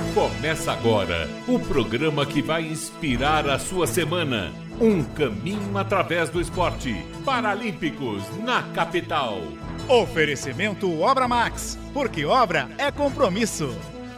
Começa agora o programa que vai inspirar a sua semana. Um caminho através do esporte. Paralímpicos na capital. Oferecimento Obra Max, porque obra é compromisso.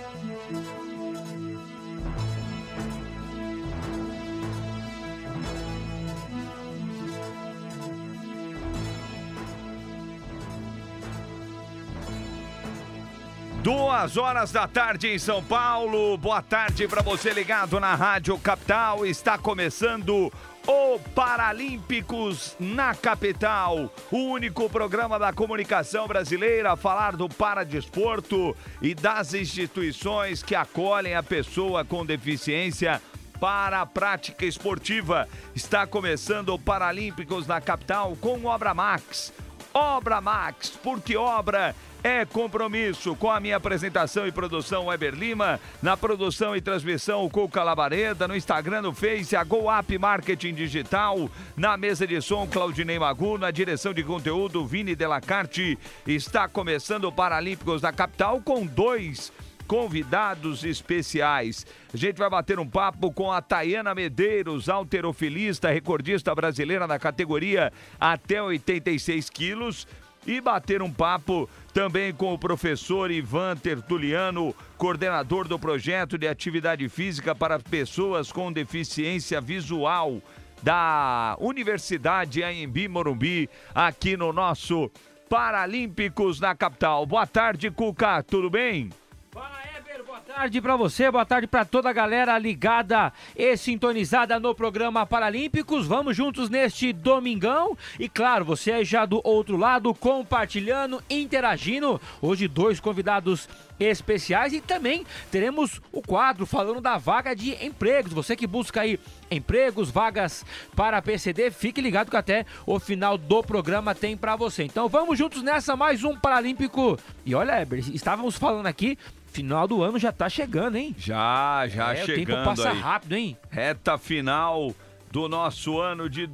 Duas horas da tarde em São Paulo. Boa tarde para você ligado na Rádio Capital. Está começando o Paralímpicos na Capital, o único programa da comunicação brasileira a falar do paradesporto e das instituições que acolhem a pessoa com deficiência para a prática esportiva. Está começando o Paralímpicos na Capital com Obra Max. Obra Max, porque obra é compromisso. Com a minha apresentação e produção, Weber Lima. Na produção e transmissão, o Cuca Labareda. No Instagram, no Face, a GoUp Marketing Digital. Na mesa de som, Claudinei Magu. Na direção de conteúdo, Vini Delacarte. Está começando o Paralímpicos da Capital com dois convidados especiais. A gente vai bater um papo com a Tayana Medeiros, halterofilista, recordista brasileira na categoria até 86 quilos. E bater um papo também com o professor Ivan Tertuliano, coordenador do projeto de atividade física para pessoas com deficiência visual da Universidade Anhembi Morumbi, aqui no nosso Paralímpicos na Capital. Boa tarde, Cuca, tudo bem? Fala, Eber, boa tarde pra você, boa tarde pra toda a galera ligada e sintonizada no programa Paralímpicos. Vamos juntos neste domingão e claro, você aí já do outro lado, compartilhando, interagindo. Hoje dois convidados especiais e também teremos o quadro falando da vaga de empregos. Você que busca aí empregos, vagas para a PCD, fique ligado que até o final do programa tem pra você. Então vamos juntos nessa, mais um Paralímpico. E olha, Eber, estávamos falando aqui, final do ano já tá chegando, hein? Já chegando. O tempo passa aí rápido, hein? Reta final do nosso ano de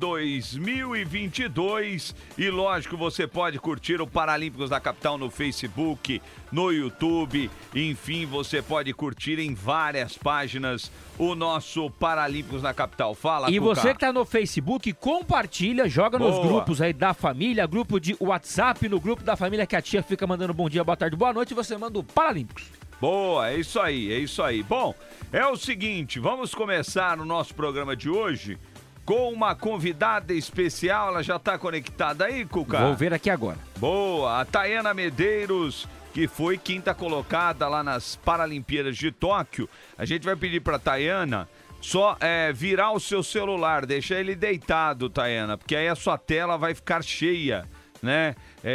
2022 e lógico, você pode curtir o Paralímpicos da Capital no Facebook, no YouTube, enfim, você pode curtir em várias páginas o nosso Paralímpicos na Capital. Fala, e Cuca. você que tá no Facebook, compartilha, joga nos grupos aí da família, grupo de WhatsApp, no grupo da família que a tia fica mandando bom dia, boa tarde, boa noite, e você manda o Paralímpicos. Boa, é isso aí. Bom, é o seguinte, vamos começar o nosso programa de hoje com uma convidada especial. Ela já está conectada aí, Cuca? Vou ver aqui agora. Boa, a Tayana Medeiros, que foi quinta colocada lá nas Paralimpíadas de Tóquio. A gente vai pedir para a Tayana só virar o seu celular, deixar ele deitado, Tayana, porque aí a sua tela vai ficar cheia, né?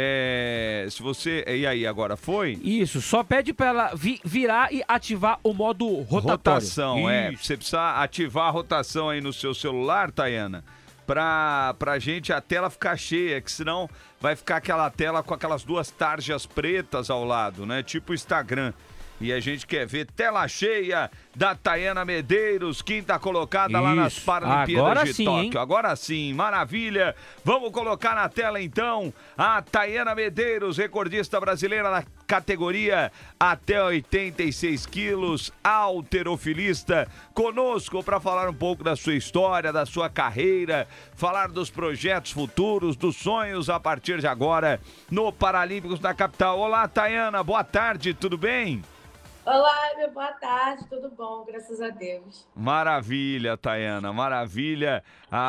Se você... E aí, agora foi? Isso, só pede pra ela virar e ativar o modo rotatório. Rotação, você precisa ativar a rotação aí no seu celular, Tayana, pra gente a tela ficar cheia, que senão vai ficar aquela tela com aquelas duas tarjas pretas ao lado, né? Tipo Instagram. E a gente quer ver tela cheia da Tayana Medeiros, quinta colocada lá nas Paralimpíadas de Tóquio. Hein? Agora sim, maravilha. Vamos colocar na tela então a Tayana Medeiros, recordista brasileira na categoria até 86 quilos, halterofilista, conosco para falar um pouco da sua história, da sua carreira, falar dos projetos futuros, dos sonhos a partir de agora no Paralímpicos da Capital. Olá, Tayana, boa tarde, tudo bem? Olá, meu boa tarde, tudo bom, graças a Deus. Maravilha, Tayana, maravilha.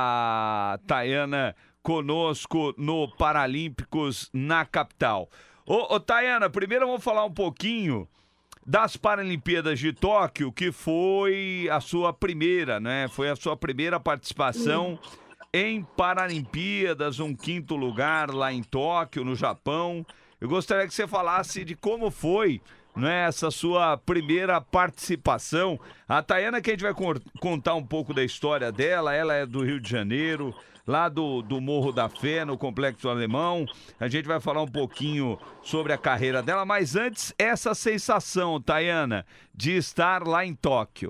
A Tayana conosco no Paralímpicos na Capital. Ô, Tayana, primeiro vamos falar um pouquinho das Paralimpíadas de Tóquio, que foi a sua primeira, né? Foi a sua primeira participação em Paralimpíadas, um quinto lugar lá em Tóquio, no Japão. Eu gostaria que você falasse de como foi, né, essa sua primeira participação. A Tayana, que a gente vai contar um pouco da história dela, ela é do Rio de Janeiro, lá do Morro da Fé, no Complexo Alemão. A gente vai falar um pouquinho sobre a carreira dela, mas antes, essa sensação, Tayana, de estar lá em Tóquio.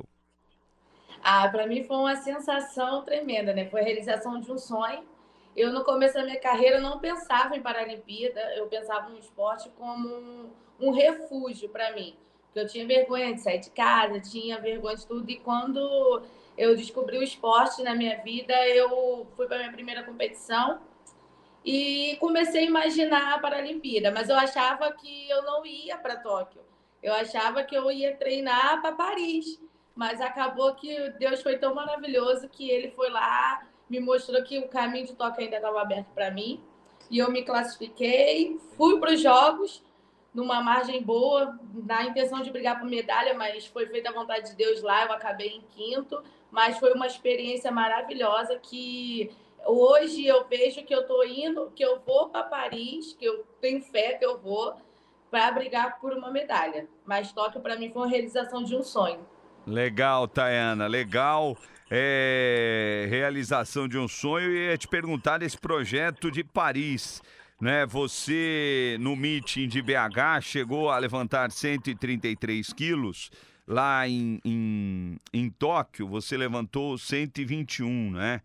Para mim foi uma sensação tremenda, né? Foi a realização de um sonho. Eu, no começo da minha carreira, não pensava em Paralimpíada, eu pensava no esporte como um refúgio para mim, Porque eu tinha vergonha de sair de casa, tinha vergonha de tudo. E quando eu descobri o esporte na minha vida, eu fui para minha primeira competição e comecei a imaginar a Paralimpíada. Mas eu achava que eu não ia para Tóquio. Eu achava que eu ia treinar para Paris. Mas acabou que Deus foi tão maravilhoso que ele foi lá, me mostrou que o caminho de Tóquio ainda estava aberto para mim. E eu me classifiquei, fui para os Jogos, numa margem boa, na intenção de brigar por medalha, mas foi feita a vontade de Deus lá, eu acabei em quinto. Mas foi uma experiência maravilhosa que hoje eu vejo que eu estou indo, que eu vou para Paris, que eu tenho fé que eu vou, para brigar por uma medalha. Mas Tóquio, para mim, foi uma realização de um sonho. Legal, Tayana, legal. Realização de um sonho. E ia te perguntar desse projeto de Paris, né? Você, no meeting de BH, chegou a levantar 133 quilos. Lá em Tóquio, você levantou 121, né?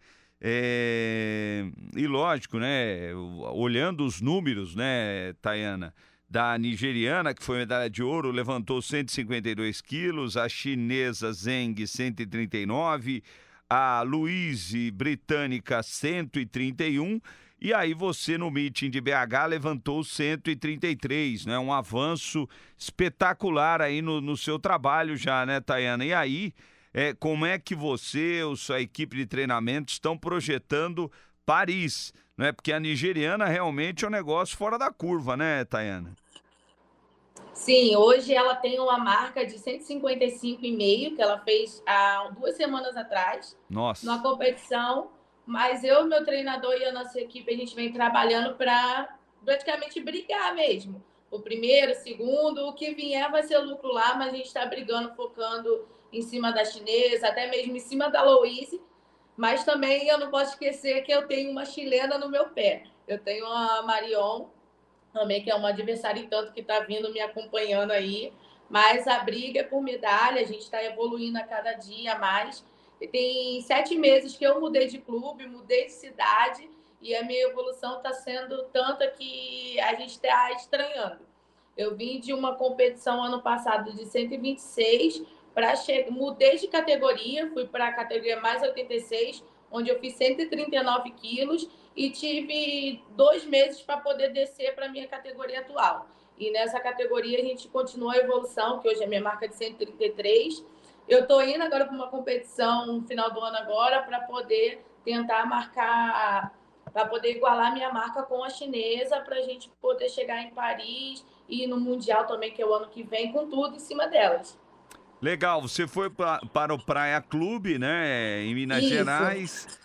E lógico, né? Olhando os números, né, Tayana? Da nigeriana, que foi medalha de ouro, levantou 152 quilos, a chinesa Zheng, 139, a Louise britânica, 131, e aí você no meeting de BH levantou 133, né? Um avanço espetacular aí no seu trabalho já, né, Tayana? E aí, como é que você, ou sua equipe de treinamento estão projetando Paris, né? Porque a nigeriana realmente é um negócio fora da curva, né, Tayana? Sim, hoje ela tem uma marca de 155,5 que ela fez há 2 semanas atrás. Nossa. Numa competição, mas eu, meu treinador e a nossa equipe, a gente vem trabalhando para praticamente brigar mesmo. O primeiro, o segundo, o que vier vai ser lucro lá, mas a gente está brigando, focando em cima da chinesa, até mesmo em cima da Louise. Mas também eu não posso esquecer que eu tenho uma chilena no meu pé. Eu tenho a Marion, também, que é uma adversária e tanto que está vindo me acompanhando aí. Mas a briga é por medalha, a gente está evoluindo a cada dia mais. E tem 7 meses que eu mudei de clube, mudei de cidade, e a minha evolução está sendo tanta que a gente está estranhando. Eu vim de uma competição ano passado de 126, mudei de categoria, fui para a categoria mais 86, onde eu fiz 139 quilos e tive 2 meses para poder descer para a minha categoria atual. E nessa categoria a gente continua a evolução, que hoje é minha marca de 133. Eu estou indo agora para uma competição no final do ano agora para poder tentar marcar, para poder igualar minha marca com a chinesa, para a gente poder chegar em Paris e no Mundial também, que é o ano que vem, com tudo em cima delas. Legal, você foi para o Praia Clube, né, em Minas Isso. Gerais.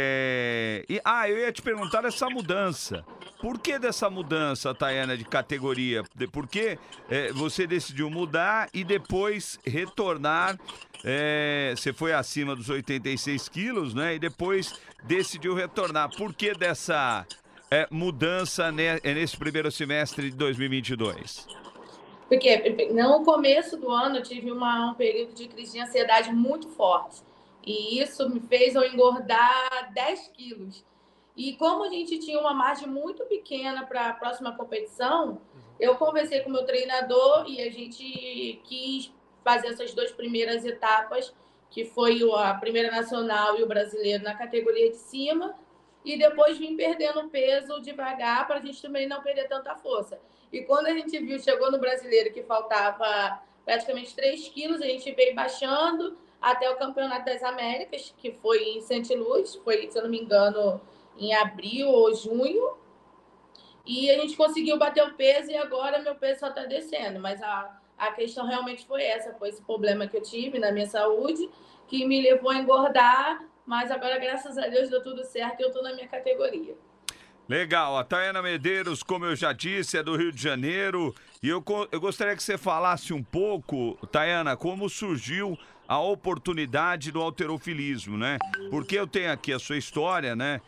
Eu ia te perguntar essa mudança. Por que dessa mudança, Tayana, de categoria? Por que você decidiu mudar e depois retornar? Você foi acima dos 86 quilos, né? E depois decidiu retornar. Por que dessa mudança nesse primeiro semestre de 2022? Porque no começo do ano eu tive um período de crise de ansiedade muito forte. E isso me fez eu engordar 10 quilos. E como a gente tinha uma margem muito pequena para a próxima competição, eu conversei com o meu treinador e a gente quis fazer essas 2 primeiras etapas, que foi a primeira nacional e o brasileiro na categoria de cima, e depois vim perdendo peso devagar para a gente também não perder tanta força. E quando a gente viu, chegou no brasileiro que faltava praticamente 3 quilos, a gente veio baixando até o Campeonato das Américas, que foi em St. Louis, foi, se eu não me engano, em abril ou junho. E a gente conseguiu bater o peso e agora meu peso só está descendo. Mas a questão realmente foi essa, foi esse problema que eu tive na minha saúde, que me levou a engordar, mas agora, graças a Deus, deu tudo certo e eu estou na minha categoria. Legal, a Tayana Medeiros, como eu já disse, é do Rio de Janeiro. E eu gostaria que você falasse um pouco, Tayana, como surgiu a oportunidade do halterofilismo, né? Porque eu tenho aqui a sua história, né?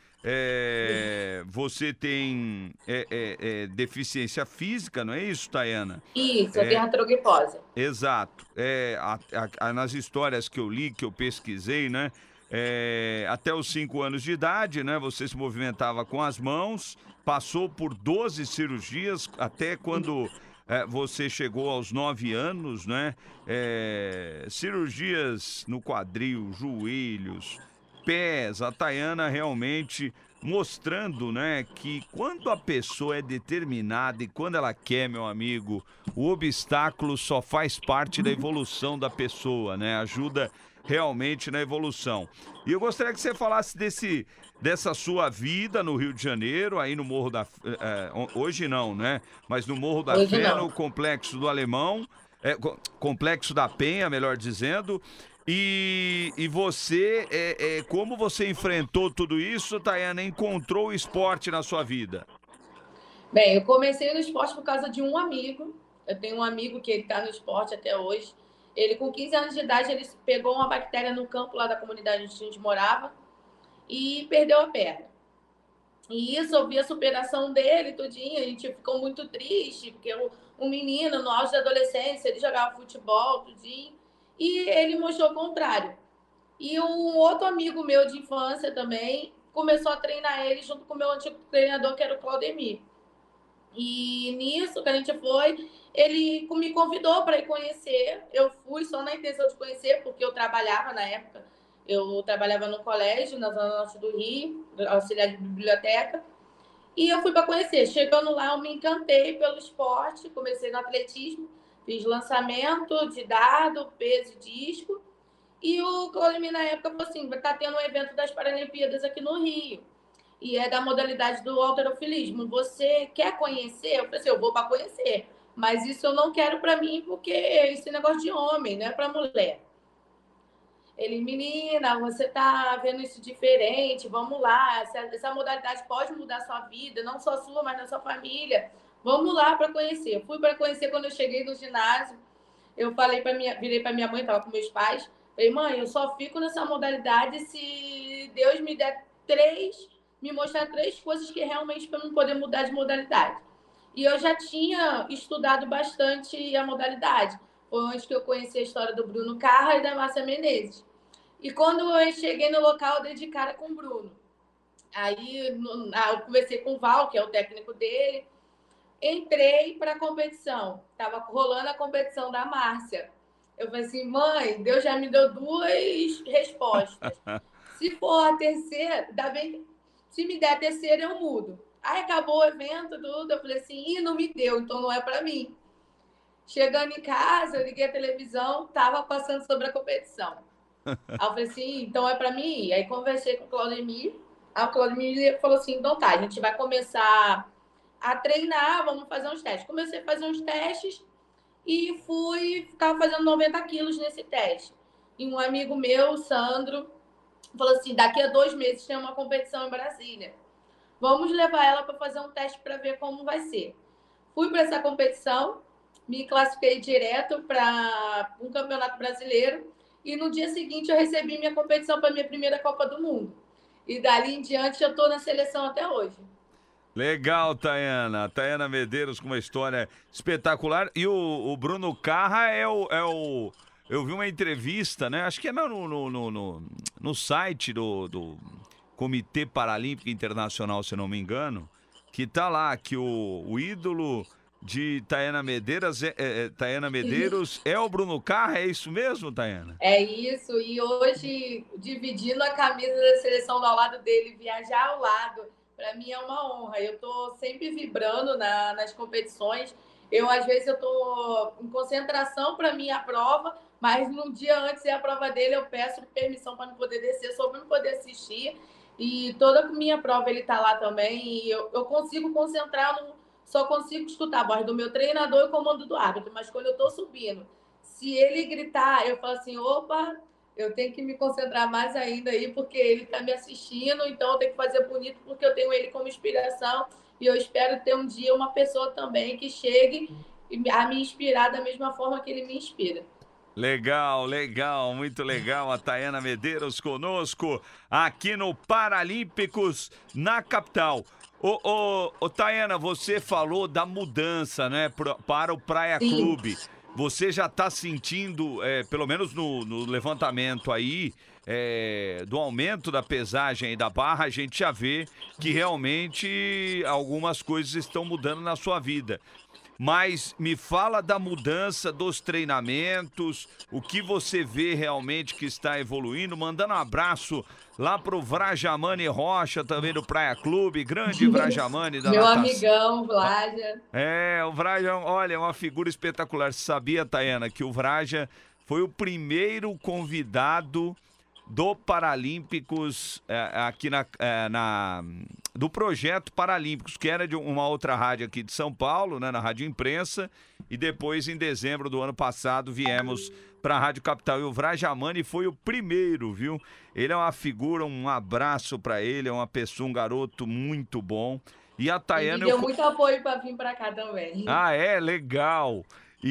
Você tem deficiência física, não é isso, Tayana? Isso, eu tenho artrogripose. Exato. Nas histórias que eu li, que eu pesquisei, né? Até os 5 anos de idade, né? Você se movimentava com as mãos, passou por 12 cirurgias, até quando você chegou aos 9 anos, né? Cirurgias no quadril, joelhos, pés, a Tayana realmente mostrando, né, que quando a pessoa é determinada e quando ela quer, meu amigo, o obstáculo só faz parte da evolução da pessoa, né? Ajuda realmente na evolução. E eu gostaria que você falasse dessa sua vida no Rio de Janeiro, aí no Morro da... hoje não, né? Mas no Morro da Fé, no Complexo do Alemão, Complexo da Penha, melhor dizendo. E você, como você enfrentou tudo isso, Tayana, encontrou o esporte na sua vida? Bem, eu comecei no esporte por causa de um amigo. Eu tenho um amigo que ele está no esporte até hoje. Ele, com 15 anos de idade, ele pegou uma bactéria no campo lá da comunidade onde a gente morava e perdeu a perna. E isso, eu vi a superação dele, tudinho. A gente ficou muito triste, porque um menino, no auge da adolescência, ele jogava futebol, tudinho. E ele mostrou o contrário. E um outro amigo meu de infância também começou a treinar ele junto com o meu antigo treinador, que era o Claudemir. E nisso que a gente foi, ele me convidou para ir conhecer. Eu fui só na intenção de conhecer, porque eu trabalhava na época. Eu trabalhava no colégio, na Zona Norte do Rio, auxiliar de biblioteca. E eu fui para conhecer. Chegando lá, eu me encantei pelo esporte. Comecei no atletismo. Fiz lançamento de dado, peso e disco. E o Claudemir, na época, falou assim, tá tendo um evento das Paralimpíadas aqui no Rio. E é da modalidade do halterofilismo. Você quer conhecer? Eu falei assim, eu vou para conhecer. Mas isso eu não quero para mim, porque esse negócio de homem, não é para mulher. Ele, menina, você tá vendo isso diferente, vamos lá. Essa modalidade pode mudar a sua vida, não só a sua, mas da sua família. Vamos lá para conhecer. Eu fui para conhecer quando eu cheguei no ginásio. Eu virei para minha mãe, estava com meus pais. Falei, mãe, eu só fico nessa modalidade se Deus me der me mostrar 3 coisas que realmente para eu poder mudar de modalidade. E eu já tinha estudado bastante a modalidade. Foi onde que eu conheci a história do Bruno Carra e da Márcia Menezes. E quando eu cheguei no local, eu dei de cara com o Bruno. Aí eu conversei com o Val, que é o técnico dele. Entrei para a competição. Estava rolando a competição da Márcia. Eu falei assim, mãe, Deus já me deu 2 respostas. Se for a terceira, se me der a terceira, eu mudo. Aí acabou o evento, tudo. Eu falei assim, não me deu, então não é para mim. Chegando em casa, eu liguei a televisão, estava passando sobre a competição. Aí eu falei assim, então é para mim ir. Aí conversei com o Claudemir. Aí o Claudemir falou assim, então tá, a gente vai começar a treinar, vamos fazer uns testes. Comecei a fazer uns testes e ficava fazendo 90 quilos nesse teste. E um amigo meu, o Sandro, falou assim, daqui a 2 meses tem uma competição em Brasília. Vamos levar ela para fazer um teste para ver como vai ser. Fui para essa competição, me classifiquei direto para um campeonato brasileiro e no dia seguinte eu recebi minha competição para minha primeira Copa do Mundo. E dali em diante eu estou na seleção até hoje. Legal, Tayana. Tayana Medeiros com uma história espetacular. E o Bruno Carra eu vi uma entrevista, né? Acho que é no site do Comitê Paralímpico Internacional, se não me engano, que tá lá que o ídolo de Tayana Medeiros é o Bruno Carra, é isso mesmo, Tayana? É isso, e hoje, dividindo a camisa da seleção ao lado dele, viajar ao lado, para mim é uma honra. Eu tô sempre vibrando nas competições. Às vezes, eu tô em concentração para minha prova, mas no dia antes da prova dele, eu peço permissão para não poder descer, só para não poder assistir. E toda a minha prova ele tá lá também, e eu consigo concentrar só consigo escutar a voz do meu treinador e o comando do árbitro, mas quando eu tô subindo, se ele gritar, eu falo assim, opa, eu tenho que me concentrar mais ainda aí, porque ele tá me assistindo, então eu tenho que fazer bonito, porque eu tenho ele como inspiração, e eu espero ter um dia uma pessoa também que chegue a me inspirar da mesma forma que ele me inspira. Legal, muito legal. A Tayana Medeiros conosco aqui no Paralímpicos na capital. Ô, Tayana, você falou da mudança, né, para o Praia Sim. Clube. Você já está sentindo, pelo menos no levantamento aí, do aumento da pesagem e da barra, a gente já vê que realmente algumas coisas estão mudando na sua vida. mas me fala da mudança dos treinamentos, o que você vê realmente que está evoluindo, mandando um abraço lá pro Vrajamani Rocha, também do Praia Clube, grande Vrajamani da Meu natação. amigão, Vlaja. O Vraja, olha, é uma figura espetacular. Você sabia, Tayana, que o Vraja foi o primeiro convidado do Paralímpicos aqui do projeto Paralímpicos, que era de uma outra rádio aqui de São Paulo, né, na Rádio Imprensa, e depois em dezembro do ano passado viemos para a Rádio Capital, e o Vrajamani foi o primeiro, viu? Ele é uma figura, um abraço para ele, é uma pessoa, um garoto muito bom. E a Tayana... Ele deu muito apoio para vir para cá também. Ah, legal.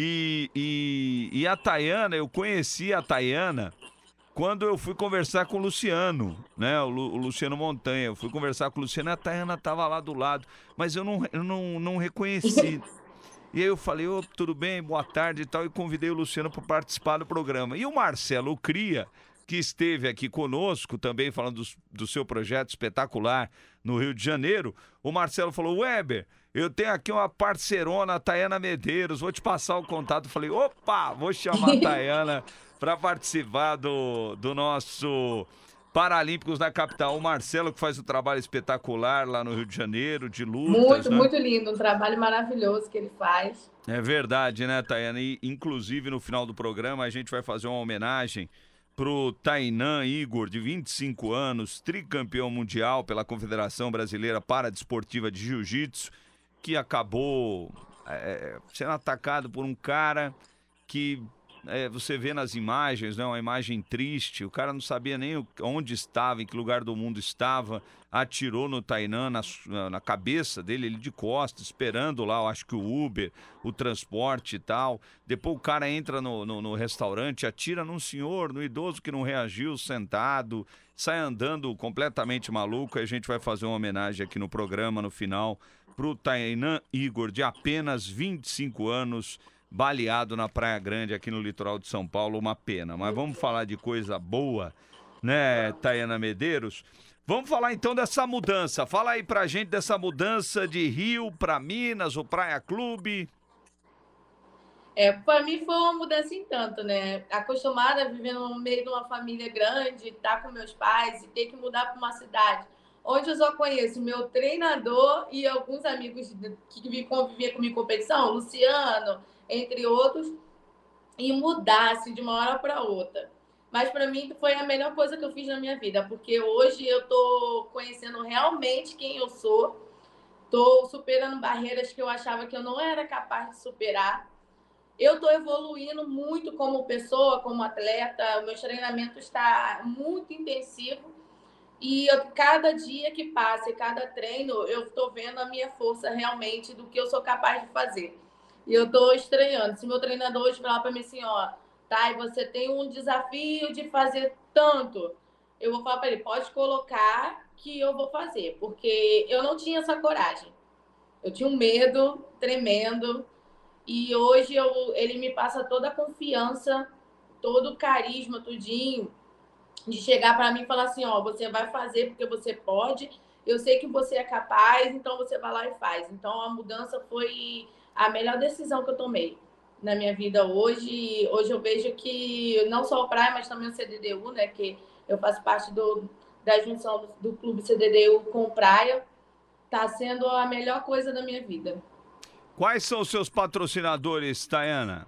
E a Tayana, eu conheci a Tayana quando eu fui conversar com o Luciano, né? O Luciano Montanha. Eu fui conversar com o Luciano e a Tayana estava lá do lado, mas eu não reconheci. E aí eu falei, tudo bem, boa tarde e tal, e convidei o Luciano para participar do programa. E o Marcelo Cria, que esteve aqui conosco, também falando do seu projeto espetacular no Rio de Janeiro, o Marcelo falou, Weber, eu tenho aqui uma parceirona, a Tayana Medeiros, vou te passar o contato. Eu falei, opa, vou chamar a Tayana para participar do nosso Paralímpicos da Capital. O Marcelo, que faz um trabalho espetacular lá no Rio de Janeiro, de lutas. Muito, né? muito lindo, um trabalho maravilhoso que ele faz. É verdade, né, Tayana? E, inclusive, no final do programa, a gente vai fazer uma homenagem pro Tainan Igor, de 25 anos, tricampeão mundial pela Confederação Brasileira Paradesportiva de Jiu-Jitsu, que acabou sendo atacado por um cara que... você vê nas imagens, né, uma imagem triste, o cara não sabia nem onde estava, em que lugar do mundo estava, atirou no Tainan na cabeça dele, ele de costas, esperando lá, eu acho que o Uber, o transporte e tal. Depois o cara entra no restaurante, atira num senhor, no idoso que não reagiu, sentado, sai andando completamente maluco. E a gente vai fazer uma homenagem aqui no programa, no final, pro Tainan Igor, de apenas 25 anos, baleado na Praia Grande, aqui no litoral de São Paulo, uma pena. Mas vamos falar de coisa boa, né, Tayana Medeiros? Vamos falar então dessa mudança. Fala aí pra gente dessa mudança de Rio para Minas, o Praia Clube. Para mim foi uma mudança em tanto, né? Acostumada a viver no meio de uma família grande, estar com meus pais e ter que mudar para uma cidade onde eu só conheço meu treinador e alguns amigos que conviviam comigo em competição, Luciano, entre outros, e mudar assim, de uma hora para outra. Mas para mim foi a melhor coisa que eu fiz na minha vida, porque hoje eu estou conhecendo realmente quem eu sou, estou superando barreiras que eu achava que eu não era capaz de superar. Eu estou evoluindo muito como pessoa, como atleta, o meu treinamento está muito intensivo e cada dia que passa, cada treino, eu estou vendo a minha força realmente do que eu sou capaz de fazer. E eu estou estranhando. Se meu treinador hoje falar para mim assim, Thay, você tem um desafio de fazer tanto, eu vou falar para ele, pode colocar que eu vou fazer, porque eu não tinha essa coragem. Eu tinha um medo tremendo e hoje ele me passa toda a confiança, todo o carisma, tudinho, de chegar para mim e falar assim, você vai fazer porque você pode, eu sei que você é capaz, então você vai lá e faz. Então a mudança foi a melhor decisão que eu tomei na minha vida hoje. Hoje eu vejo que não só o Praia, mas também o CDDU, né, que eu faço parte da junção do clube CDDU com o Praia, está sendo a melhor coisa da minha vida. Quais são os seus patrocinadores, Tayana?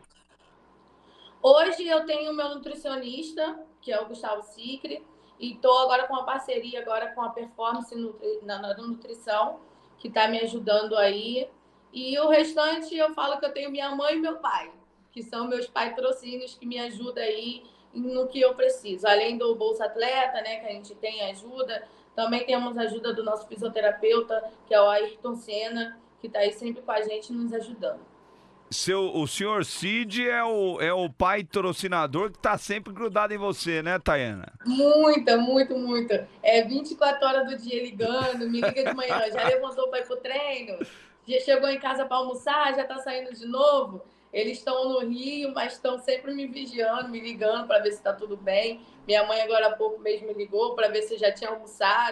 Hoje eu tenho o meu nutricionista, que é o Gustavo Sicre, e estou agora com uma parceria agora com a Performance na nutrição, que está me ajudando aí. E o restante eu falo que eu tenho minha mãe e meu pai, que são meus patrocínios que me ajudam aí no que eu preciso. Além do Bolsa Atleta, né, que a gente tem ajuda, também temos a ajuda do nosso fisioterapeuta, que é o Ayrton Senna, que está aí sempre com a gente nos ajudando. O senhor Cid é o pai patrocinador que está sempre grudado em você, né, Tayana? Muito. 24 horas do dia ligando, me liga de manhã, já levantou para ir pro treino, já chegou em casa para almoçar, já está saindo de novo. Eles estão no Rio, mas estão sempre me vigiando, me ligando para ver se está tudo bem. Minha mãe agora há pouco mesmo me ligou para ver se eu já tinha almoçado,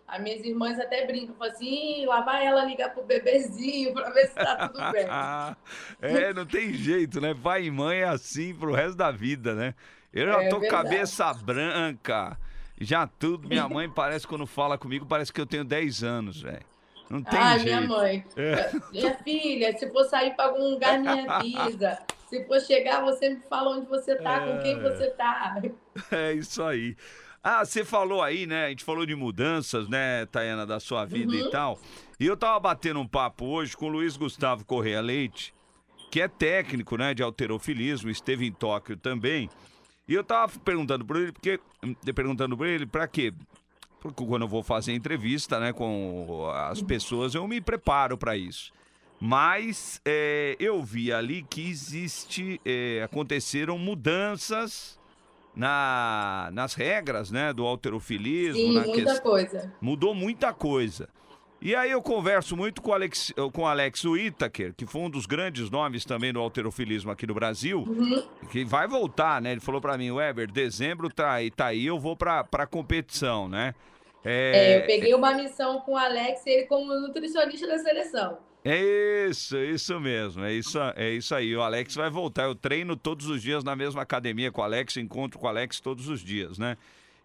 As minhas irmãs até brincam, falam assim, lá vai ela ligar pro bebezinho pra ver se tá tudo bem. Não tem jeito, né? Pai e mãe é assim pro resto da vida, né? Eu já tô verdade. cabeça branca, já tudo. Minha mãe parece, quando fala comigo, parece que eu tenho 10 anos, velho. Não tem jeito. Minha mãe. Minha filha, se for sair para algum lugar, me avisa. Se for chegar, você me fala onde você tá, com quem você tá. É isso aí. Você falou aí, né? A gente falou de mudanças, né, Tayana, da sua vida e tal. E eu tava batendo um papo hoje com o Luiz Gustavo Correia Leite, que é técnico, né, de halterofilismo, esteve em Tóquio também. E eu tava perguntando pra ele, pra quê? Porque quando eu vou fazer entrevista, né, com as pessoas, eu me preparo para isso. Mas eu vi ali que aconteceram mudanças nas regras, né, do halterofilismo. Sim, muita coisa. Mudou muita coisa. E aí eu converso muito com o Alex Whittaker, que foi um dos grandes nomes também do halterofilismo aqui no Brasil, que vai voltar, né? Ele falou pra mim, Weber, dezembro tá aí, eu vou pra competição, né? Eu peguei uma missão com o Alex, ele como nutricionista da seleção. Isso mesmo, é isso aí. O Alex vai voltar, eu treino todos os dias na mesma academia com o Alex, encontro com o Alex todos os dias, né?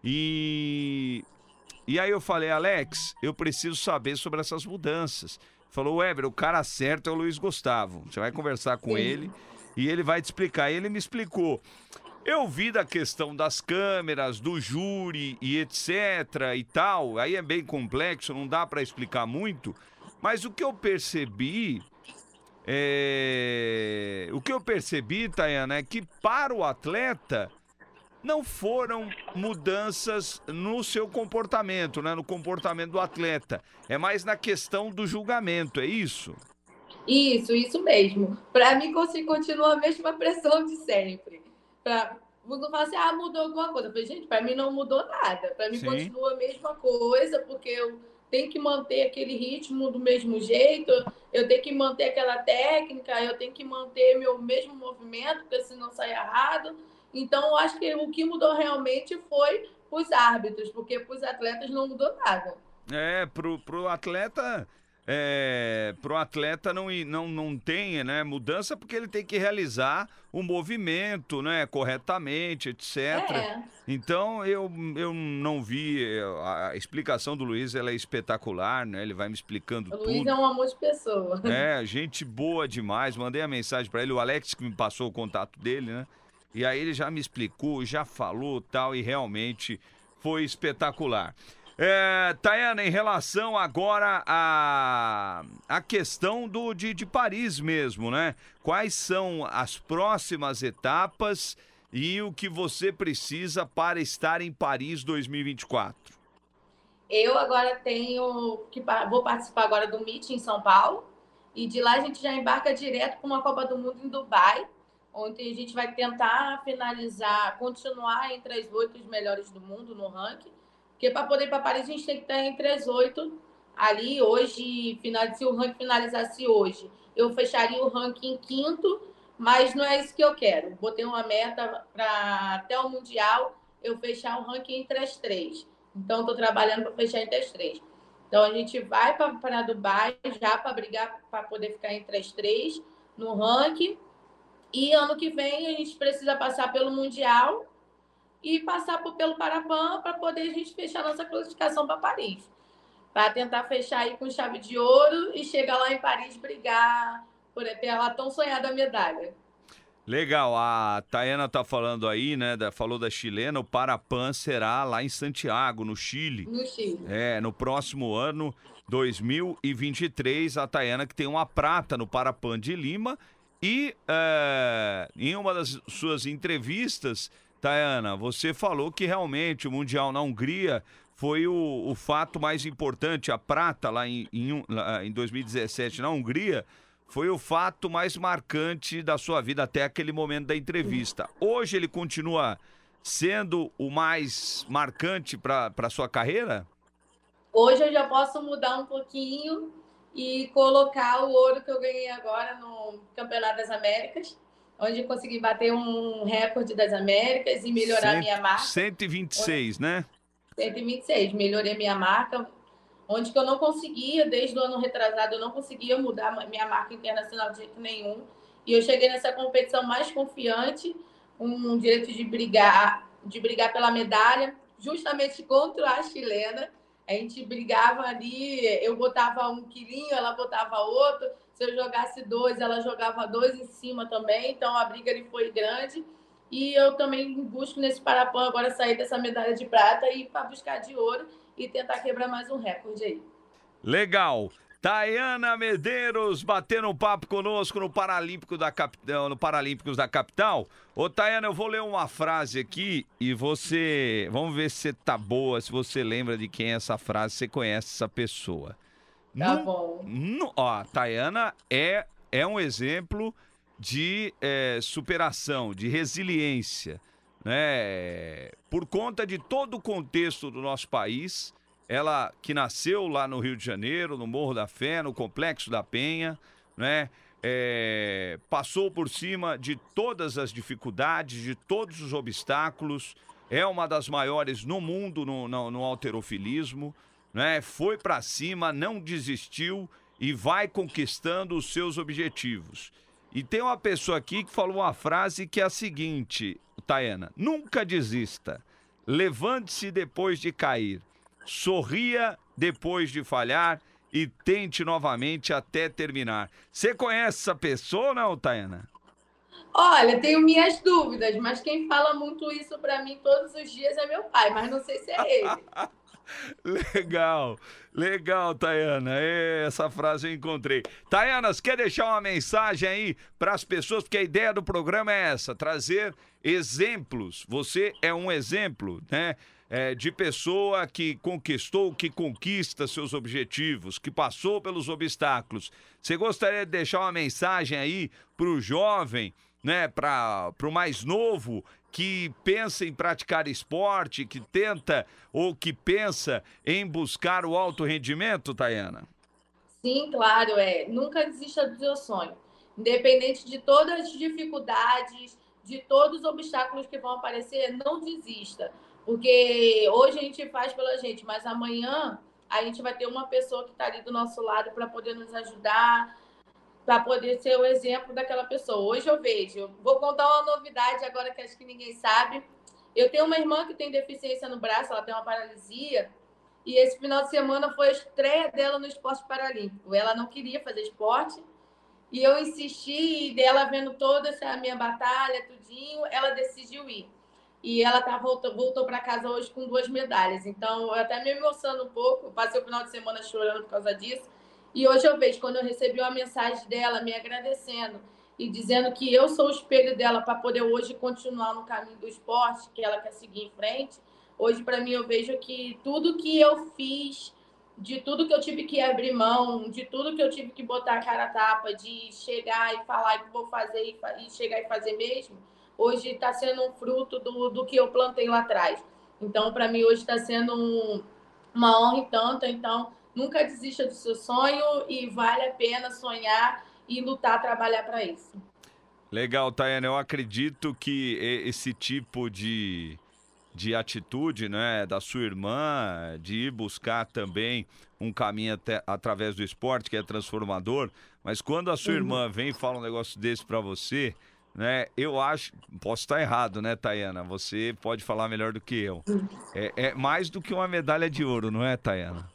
E aí eu falei, Alex, eu preciso saber sobre essas mudanças. Falou, Weber, o cara certo é o Luiz Gustavo. Você vai conversar com ele e ele vai te explicar. E ele me explicou. Eu vi da questão das câmeras, do júri e etc e tal. Aí é bem complexo, não dá para explicar muito. Mas o que eu percebi, Tayana, é que para o atleta não foram mudanças no seu comportamento, né? No comportamento do atleta. É mais na questão do julgamento, é isso? Isso mesmo. Para mim, continua a mesma pressão de sempre. Não fala assim, mudou alguma coisa. Eu falei, gente, para mim não mudou nada. Para mim continua a mesma coisa, porque eu tenho que manter aquele ritmo do mesmo jeito, eu tenho que manter aquela técnica, eu tenho que manter meu mesmo movimento, porque senão sai errado. Então, eu acho que o que mudou realmente foi os árbitros, porque para os atletas não mudou nada. Pro atleta... pro atleta não tem, né, mudança, porque ele tem que realizar o movimento, né, corretamente, etc. Então eu não vi a explicação do Luiz, ela é espetacular, né? Ele vai me explicando tudo. O Luiz é um amor de pessoa. Gente boa demais. Mandei a mensagem para ele, o Alex que me passou o contato dele, né? E aí ele já me explicou, já falou tal, e realmente foi espetacular. Tayana, em relação agora à questão de Paris mesmo, né? Quais são as próximas etapas e o que você precisa para estar em Paris 2024? Eu agora vou participar agora do Meet em São Paulo, e de lá a gente já embarca direto para uma Copa do Mundo em Dubai, onde a gente vai tentar continuar entre as 8 melhores do mundo no ranking. Porque para poder ir para Paris, a gente tem que estar entre as 8 ali. Hoje, se o ranking finalizasse hoje, eu fecharia o ranking em 5º, mas não é isso que eu quero. Botei uma meta para até o Mundial eu fechar o ranking entre as 3. Então, estou trabalhando para fechar entre as 3. Então, a gente vai para Dubai já para brigar, para poder ficar entre as 3 no ranking. E ano que vem, a gente precisa passar pelo Mundial e passar pelo Parapan para poder a gente fechar nossa classificação para Paris. Para tentar fechar aí com chave de ouro e chegar lá em Paris brigar por ter a tão sonhada medalha. Legal, a Tayana tá falando aí, né, falou da chilena, o Parapan será lá em Santiago, no Chile. No Chile. No próximo ano, 2023, a Tayana que tem uma prata no Parapan de Lima e em uma das suas entrevistas, Tayana, você falou que realmente o Mundial na Hungria foi o fato mais importante, a prata lá em 2017 na Hungria, foi o fato mais marcante da sua vida até aquele momento da entrevista. Hoje ele continua sendo o mais marcante para a sua carreira? Hoje eu já posso mudar um pouquinho e colocar o ouro que eu ganhei agora no Campeonato das Américas, onde eu consegui bater um recorde das Américas e melhorar a minha marca. 126, né? 126, melhorei minha marca. onde que eu não conseguia, desde o ano retrasado, eu não conseguia mudar minha marca internacional de jeito nenhum. E eu cheguei nessa competição mais confiante, com um direito de brigar pela medalha, justamente contra a chilena. A gente brigava ali, eu botava 1 quilinho, ela botava outro. Se eu jogasse 2, ela jogava 2 em cima também. Então a briga ali foi grande. E eu também busco nesse Parapan agora sair dessa medalha de prata e ir para buscar de ouro e tentar quebrar mais um recorde aí. Legal. Tayana Medeiros batendo um papo conosco no Paralímpicos da Capital. Ô, Tayana, eu vou ler uma frase aqui e você... Vamos ver se você tá boa, se você lembra de quem é essa frase, você conhece essa pessoa. Tá bom. Ó, Tayana é um exemplo de superação, de resiliência, né? Por conta de todo o contexto do nosso país... Ela que nasceu lá no Rio de Janeiro, no Morro da Fé, no Complexo da Penha, né? Passou por cima de todas as dificuldades, de todos os obstáculos. É uma das maiores no mundo no halterofilismo, né? Foi para cima, não desistiu e vai conquistando os seus objetivos. E tem uma pessoa aqui que falou uma frase que é a seguinte, Tayana: nunca desista, levante-se depois de cair. Sorria depois de falhar e tente novamente até terminar. Você conhece essa pessoa ou não, Tayana? Olha, tenho minhas dúvidas, mas quem fala muito isso para mim todos os dias é meu pai, mas não sei se é ele. Legal, Tayana. Essa frase eu encontrei. Tayana, você quer deixar uma mensagem aí para as pessoas? Porque a ideia do programa é essa, trazer exemplos. Você é um exemplo, né? De pessoa que conquistou, que conquista seus objetivos, que passou pelos obstáculos. Você gostaria de deixar uma mensagem aí para o jovem, né, para o mais novo, que pensa em praticar esporte, que tenta ou que pensa em buscar o alto rendimento, Tayana? Sim, claro, nunca desista do seu sonho. Independente de todas as dificuldades, de todos os obstáculos que vão aparecer, não desista. Porque hoje a gente faz pela gente, mas amanhã a gente vai ter uma pessoa que está ali do nosso lado para poder nos ajudar, para poder ser o exemplo daquela pessoa. Hoje eu vejo, vou contar uma novidade agora que acho que ninguém sabe. Eu tenho uma irmã que tem deficiência no braço, ela tem uma paralisia, e esse final de semana foi a estreia dela no esporte paralímpico. Ela não queria fazer esporte, e eu insisti, e dela vendo toda essa minha batalha, tudinho, ela decidiu ir. E ela voltou para casa hoje com 2 medalhas. Então, eu até me emociono um pouco. Eu passei o final de semana chorando por causa disso. E hoje eu vejo, quando eu recebi uma mensagem dela me agradecendo e dizendo que eu sou o espelho dela para poder hoje continuar no caminho do esporte, que ela quer seguir em frente. Hoje, para mim, eu vejo que tudo que eu fiz, de tudo que eu tive que abrir mão, de tudo que eu tive que botar a cara a tapa, de chegar e falar que vou fazer e chegar e fazer mesmo, hoje está sendo um fruto do que eu plantei lá atrás. Então, para mim, hoje está sendo uma honra e tanto. Então, nunca desista do seu sonho e vale a pena sonhar e lutar, trabalhar para isso. Legal, Tayana. Eu acredito que esse tipo de atitude, né, da sua irmã, de ir buscar também um caminho através do esporte, que é transformador, mas quando a sua irmã vem e fala um negócio desse para você... né? Eu acho, posso estar errado, né, Tayana? Você pode falar melhor do que eu. É mais do que uma medalha de ouro, não é, Tayana?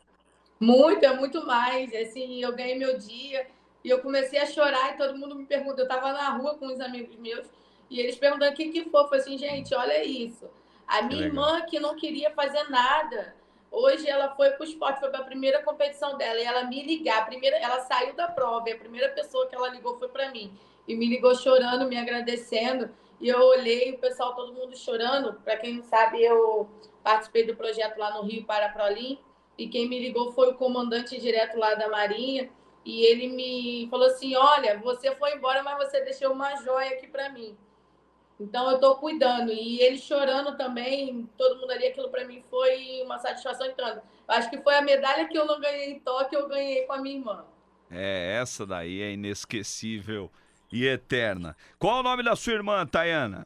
Muito mais. Assim, eu ganhei meu dia e eu comecei a chorar e todo mundo me pergunta. Eu estava na rua com os amigos meus e eles perguntando o que foi. Eu falei assim, gente, olha isso. A minha irmã que não queria fazer nada, hoje ela foi para o esporte, foi para a primeira competição dela e ela me ligar. Ela saiu da prova e a primeira pessoa que ela ligou foi para mim. E me ligou chorando, me agradecendo. E eu olhei, o pessoal, todo mundo chorando. Para quem não sabe, eu participei do projeto lá no Rio para a Prolim. E quem me ligou foi o comandante direto lá da Marinha. E ele me falou assim, olha, você foi embora, mas você deixou uma joia aqui para mim. Então, eu estou cuidando. E ele chorando também, todo mundo ali, aquilo para mim foi uma satisfação entrando. Acho que foi a medalha que eu não ganhei em Tóquio, eu ganhei com a minha irmã. Essa daí é inesquecível e eterna. Qual o nome da sua irmã, Tayana?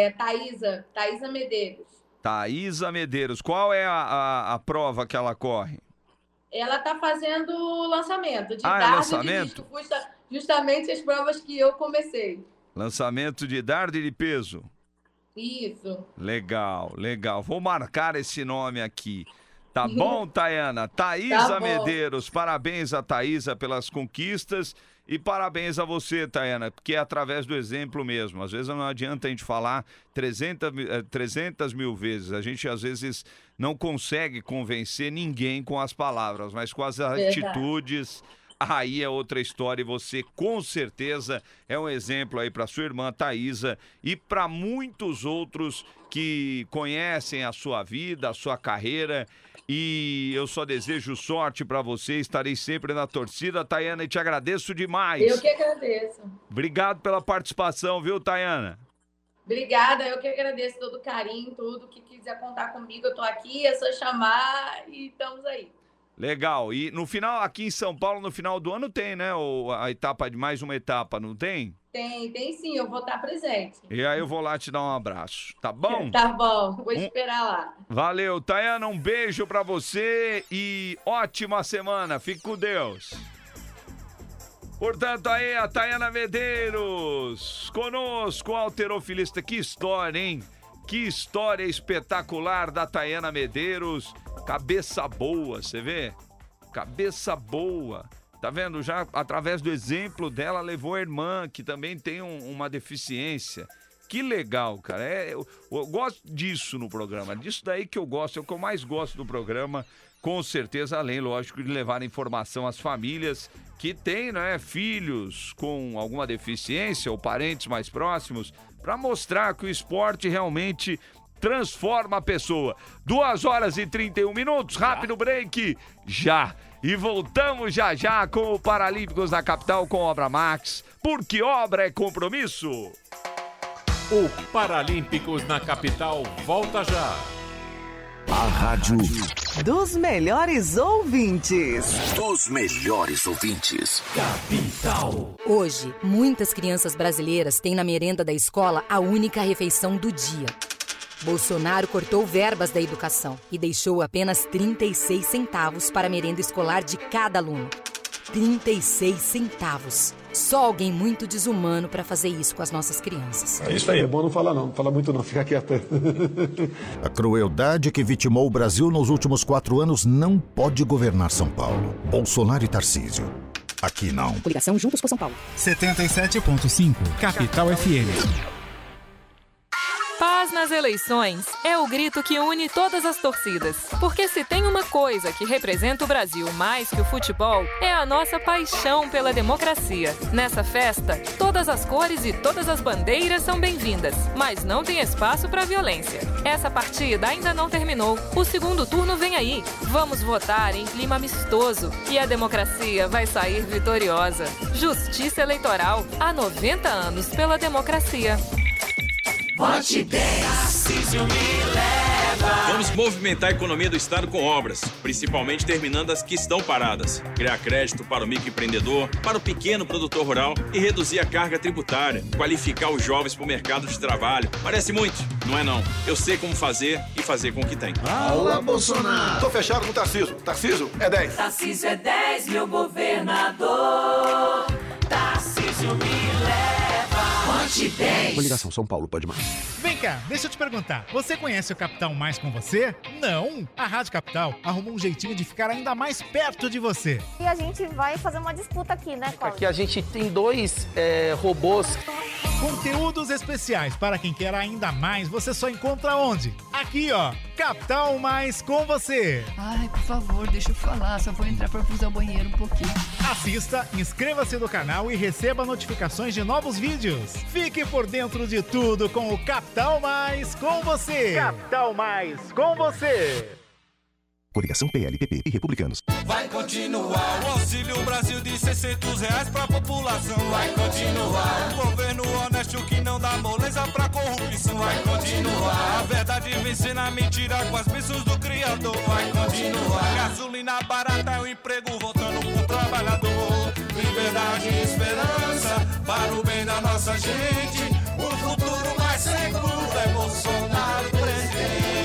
Thaisa Medeiros. Thaisa Medeiros. Qual é a prova que ela corre? Ela está fazendo lançamento de dardo lançamento? De disco, justamente as provas que eu comecei. Lançamento de dardo e de peso. Isso. Legal. Vou marcar esse nome aqui. Tá bom, Tayana? Thaísa Medeiros. Parabéns a Thaísa pelas conquistas e parabéns a você, Tayana, porque é através do exemplo mesmo. Às vezes não adianta a gente falar 300 mil vezes. A gente, às vezes, não consegue convencer ninguém com as palavras, mas com as atitudes... Aí é outra história e você com certeza é um exemplo aí para sua irmã Thaísa e para muitos outros que conhecem a sua vida, a sua carreira, e eu só desejo sorte para você, estarei sempre na torcida, Tayana, e te agradeço demais. Eu que agradeço. Obrigado pela participação, viu, Tayana? Obrigada, eu que agradeço todo o carinho, tudo que quiser contar comigo, eu tô aqui, é só chamar e estamos aí. Legal. E no final, aqui em São Paulo, no final do ano tem, né? A etapa de mais uma etapa, não tem? Tem sim, eu vou estar presente. E aí eu vou lá te dar um abraço, tá bom? Tá bom, vou esperar lá. Valeu, Tayana, um beijo pra você e ótima semana. Fique com Deus. Portanto, aí a Tayana Medeiros conosco, halterofilista. Que história, hein? Que história espetacular da Tayana Medeiros. Cabeça boa, você vê? Cabeça boa. Tá vendo? Já através do exemplo dela, levou a irmã, que também tem uma deficiência. Que legal, cara. Eu gosto disso no programa. Disso daí que eu gosto, é o que eu mais gosto do programa. Com certeza, além, lógico, de levar informação às famílias que têm, né, filhos com alguma deficiência ou parentes mais próximos, para mostrar que o esporte realmente transforma a pessoa. 2h31, rápido break, já. E voltamos já com o Paralímpicos na Capital com Obra Max, porque obra é compromisso. O Paralímpicos na Capital volta já. A rádio dos melhores ouvintes. Capital. Hoje, muitas crianças brasileiras têm na merenda da escola a única refeição do dia. Bolsonaro cortou verbas da educação e deixou apenas 36 centavos para a merenda escolar de cada aluno. 36 centavos. Só alguém muito desumano para fazer isso com as nossas crianças. É isso aí, é bom não falar não, fala muito não, fica quieta. A crueldade que vitimou o Brasil nos últimos 4 anos não pode governar São Paulo. Bolsonaro e Tarcísio. Aqui não. Coligação Juntos por São Paulo. 77.5, Capital FM. Paz nas eleições é o grito que une todas as torcidas. Porque se tem uma coisa que representa o Brasil mais que o futebol, é a nossa paixão pela democracia. Nessa festa, todas as cores e todas as bandeiras são bem-vindas, mas não tem espaço para violência. Essa partida ainda não terminou. O segundo turno vem aí. Vamos votar em clima amistoso e a democracia vai sair vitoriosa. Justiça Eleitoral, há 90 anos pela democracia. Vote 10. Tarcísio me leva. Vamos movimentar a economia do estado com obras, principalmente terminando as que estão paradas. Criar crédito para o microempreendedor, para o pequeno produtor rural e reduzir a carga tributária. Qualificar os jovens para o mercado de trabalho. Parece muito, não é não. Eu sei como fazer e fazer com o que tem. Alô, Bolsonaro. Tô fechado com o Tarcísio. Tarcísio é 10. Tarcísio é 10, meu governador. Tarcísio me leva. Vote 10. Coligação São Paulo pode mais. Vem cá, deixa eu te perguntar. Você conhece o Capital Mais com você? Não! A Rádio Capital arrumou um jeitinho de ficar ainda mais perto de você. E a gente vai fazer uma disputa aqui, né, Cláudio? Aqui a gente tem 2 robôs. Conteúdos especiais para quem quer ainda mais, você só encontra onde? Aqui, ó, Capital Mais com você. Ai, por favor, deixa eu falar, só vou entrar para usar o banheiro um pouquinho. Assista, inscreva-se no canal e receba notificações de novos vídeos. Fique por dentro de tudo com o Capital Mais com você. Capital Mais com você. Coligação PLPP e Republicanos. Vai continuar o Auxílio Brasil de R$600 pra população. Vai continuar o governo honesto que não dá moleza pra corrupção. Vai continuar a verdade vencer na mentira com as bênçãos do Criador. Vai continuar gasolina barata é o emprego voltando pro trabalhador. Liberdade e esperança para o bem da nossa gente. O futuro mais seguro é Bolsonaro presidente.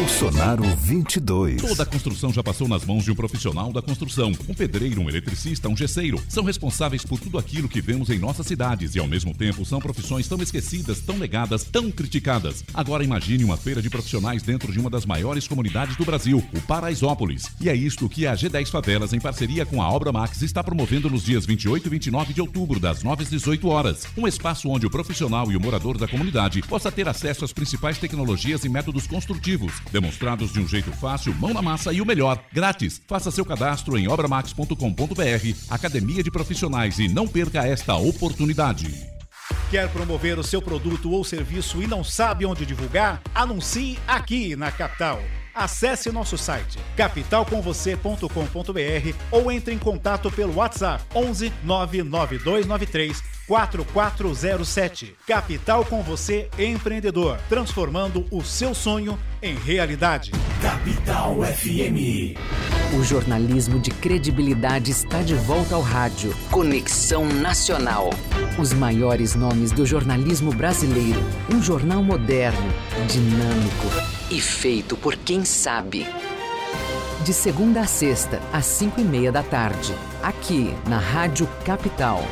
Bolsonaro 22. Toda a construção já passou nas mãos de um profissional da construção. Um pedreiro, um eletricista, um gesseiro. São responsáveis por tudo aquilo que vemos em nossas cidades e, ao mesmo tempo, são profissões tão esquecidas, tão negadas, tão criticadas. Agora imagine uma feira de profissionais dentro de uma das maiores comunidades do Brasil, o Paraisópolis. E é isto que a G10 Favelas, em parceria com a Obra Max, está promovendo nos dias 28 e 29 de outubro, das 9 às 18 horas. Um espaço onde o profissional e o morador da comunidade possa ter acesso às principais tecnologias e métodos construtivos, demonstrados de um jeito fácil, mão na massa e o melhor, grátis. Faça seu cadastro em obramax.com.br, Academia de Profissionais, e não perca esta oportunidade. Quer promover o seu produto ou serviço e não sabe onde divulgar? Anuncie aqui na Capital. Acesse nosso site capitalcomvocê.com.br ou entre em contato pelo WhatsApp 11 99293 4407. Capital com você, empreendedor, transformando o seu sonho em realidade. Capital FM. O jornalismo de credibilidade está de volta ao rádio. Conexão Nacional. Os maiores nomes do jornalismo brasileiro. Um jornal moderno, dinâmico e feito por quem sabe. De segunda a sexta, às 5:30 da tarde. Aqui, na Rádio Capital.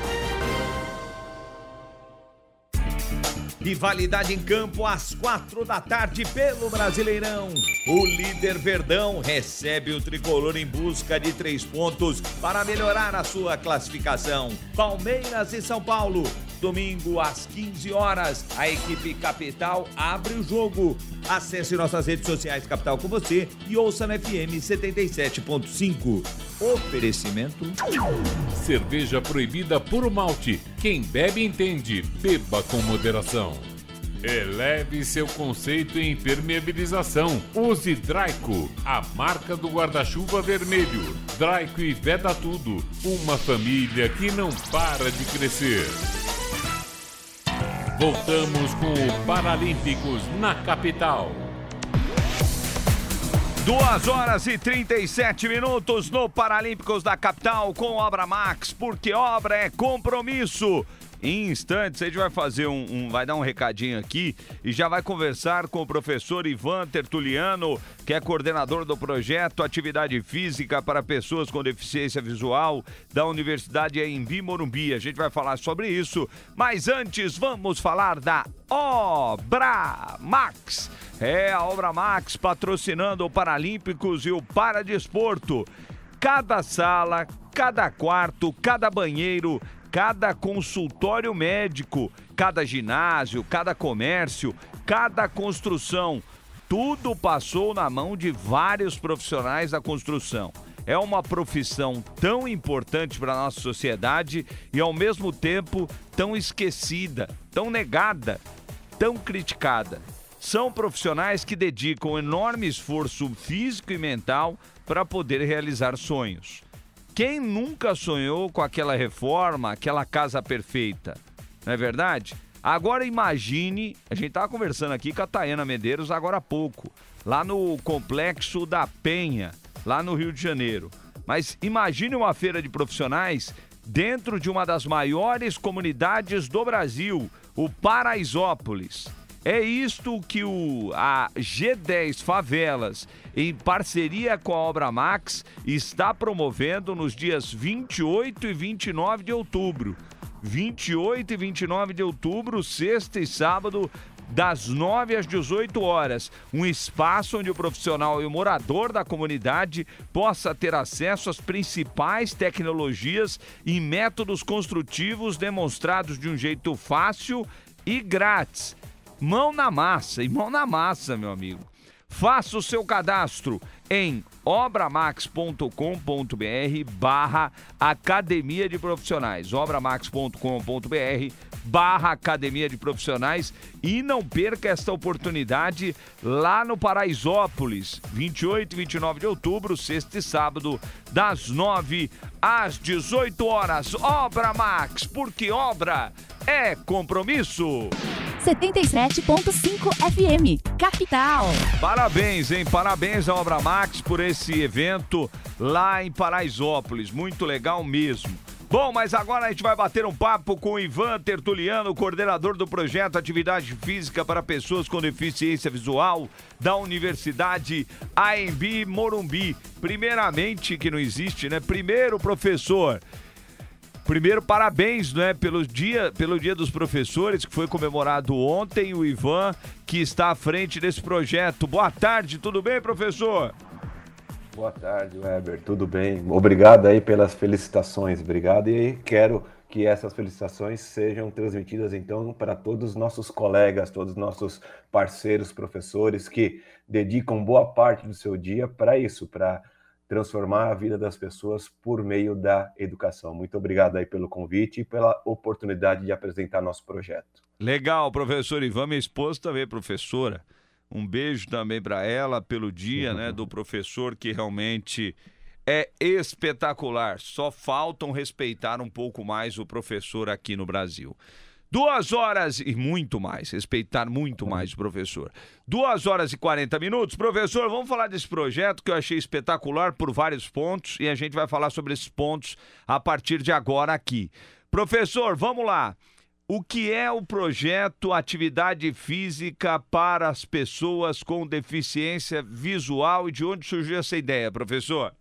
Rivalidade em campo às 4 da tarde pelo Brasileirão. O líder Verdão recebe o tricolor em busca de 3 pontos para melhorar a sua classificação. Palmeiras e São Paulo. Domingo às 15 horas, a equipe Capital abre o jogo. Acesse nossas redes sociais Capital com você e ouça no FM 77.5. Oferecimento. Cerveja proibida por malte. Quem bebe entende. Beba com moderação. Eleve seu conceito em impermeabilização. Use Draico, a marca do guarda-chuva vermelho. Draico e Veda Tudo. Uma família que não para de crescer. Voltamos com o Paralímpicos na Capital. 2 horas e 37 minutos no Paralímpicos da Capital com Obra Max, porque obra é compromisso. Em instantes, a gente vai fazer vai dar um recadinho aqui e já vai conversar com o professor Ivan Tertuliano, que é coordenador do projeto Atividade Física para Pessoas com Deficiência Visual da Universidade Anhembi Morumbi. A gente vai falar sobre isso, mas antes vamos falar da Obra Max. É a Obra Max patrocinando o Paralímpicos e o Paradesporto. Cada sala, cada quarto, cada banheiro, cada consultório médico, cada ginásio, cada comércio, cada construção, tudo passou na mão de vários profissionais da construção. É uma profissão tão importante para a nossa sociedade e, ao mesmo tempo, tão esquecida, tão negada, tão criticada. São profissionais que dedicam enorme esforço físico e mental para poder realizar sonhos. Quem nunca sonhou com aquela reforma, aquela casa perfeita? Não é verdade? Agora imagine, a gente estava conversando aqui com a Tayana Medeiros agora há pouco, lá no Complexo da Penha, lá no Rio de Janeiro. Mas imagine uma feira de profissionais dentro de uma das maiores comunidades do Brasil, o Paraisópolis. É isto que a G10 Favelas, em parceria com a Obra Max, está promovendo nos dias 28 e 29 de outubro. 28 e 29 de outubro, sexta e sábado, das 9 às 18 horas. Um espaço onde o profissional e o morador da comunidade possa ter acesso às principais tecnologias e métodos construtivos demonstrados de um jeito fácil e grátis. Mão na massa, meu amigo. Faça o seu cadastro em obramax.com.br/Academia de Profissionais. obramax.com.br/Academia de Profissionais e não perca esta oportunidade lá no Paraisópolis, 28 e 29 de outubro, sexta e sábado, das 9 às 18 horas. Obra Max, porque obra é compromisso. 77.5 FM, Capital. Parabéns, hein? Parabéns à Obra Max por esse evento lá em Paraisópolis. Muito legal mesmo. Bom, mas agora a gente vai bater um papo com o Ivan Tertuliano, coordenador do projeto Atividade Física para Pessoas com Deficiência Visual da Universidade AMB Morumbi. Primeiramente, que não existe, né? Primeiro, professor, parabéns, né, pelo dia dos professores, que foi comemorado ontem, o Ivan, que está à frente desse projeto. Boa tarde, tudo bem, professor? Boa tarde, Weber, tudo bem? Obrigado aí pelas felicitações, obrigado, e quero que essas felicitações sejam transmitidas então para todos os nossos colegas, todos os nossos parceiros, professores que dedicam boa parte do seu dia para isso, para transformar a vida das pessoas por meio da educação. Muito obrigado aí pelo convite e pela oportunidade de apresentar nosso projeto. Legal, professor Ivan, minha esposa também é professora. Um beijo também para ela pelo dia, né, do professor, que realmente é espetacular. Só faltam respeitar um pouco mais o professor aqui no Brasil. 2 horas e muito mais, respeitar muito mais o professor. 2 horas e 40 minutos. Professor, vamos falar desse projeto que eu achei espetacular por vários pontos e a gente vai falar sobre esses pontos a partir de agora aqui. Professor, vamos lá. O que é o projeto Atividade Física para as Pessoas com Deficiência Visual e de onde surgiu essa ideia, professor?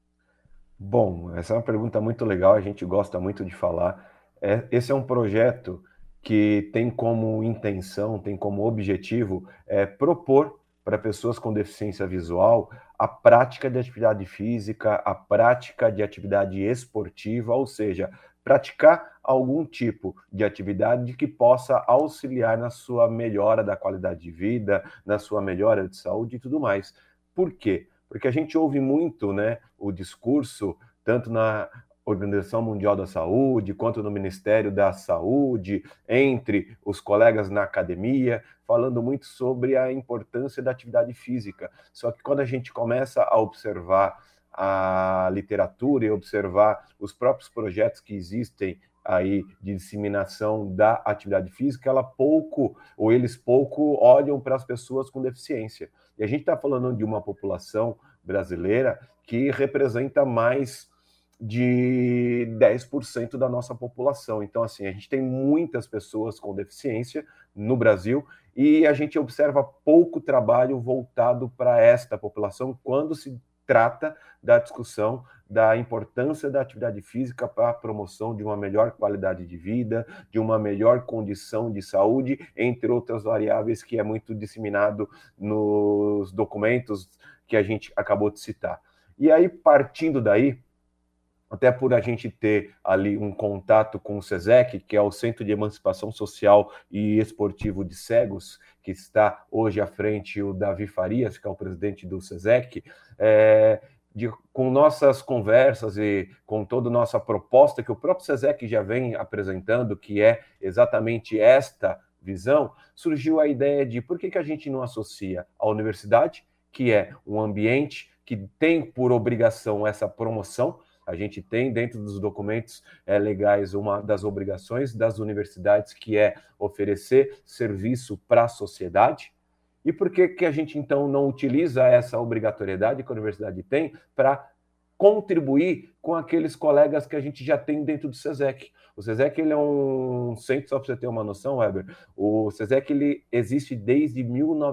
Bom, essa é uma pergunta muito legal, a gente gosta muito de falar. Esse é um projeto que tem como intenção, tem como objetivo propor para pessoas com deficiência visual a prática de atividade física, a prática de atividade esportiva, ou seja, praticar algum tipo de atividade que possa auxiliar na sua melhora da qualidade de vida, na sua melhora de saúde e tudo mais. Por quê? Porque a gente ouve muito, né, o discurso, tanto na Organização Mundial da Saúde, quanto no Ministério da Saúde, entre os colegas na academia, falando muito sobre a importância da atividade física. Só que quando a gente começa a observar a literatura e observar os próprios projetos que existem aí de disseminação da atividade física, eles pouco olham para as pessoas com deficiência. E a gente está falando de uma população brasileira que representa mais de 10% da nossa população. Então, assim, a gente tem muitas pessoas com deficiência no Brasil e a gente observa pouco trabalho voltado para esta população quando se trata da discussão da importância da atividade física para a promoção de uma melhor qualidade de vida, de uma melhor condição de saúde, entre outras variáveis que é muito disseminado nos documentos que a gente acabou de citar. E aí, partindo daí, até por a gente ter ali um contato com o SESEC, que é o Centro de Emancipação Social e Esportivo de Cegos, que está hoje à frente o Davi Farias, que é o presidente do SESEC, com nossas conversas e com toda a nossa proposta, que o próprio SESEC já vem apresentando, que é exatamente esta visão, surgiu a ideia de por que a gente não associa a universidade, que é um ambiente que tem por obrigação essa promoção. A gente tem dentro dos documentos legais uma das obrigações das universidades, que é oferecer serviço para a sociedade. E por que a gente, então, não utiliza essa obrigatoriedade que a universidade tem para contribuir com aqueles colegas que a gente já tem dentro do SESEC? O SESEC ele é um centro, só para você ter uma noção, Weber, o SESEC ele existe desde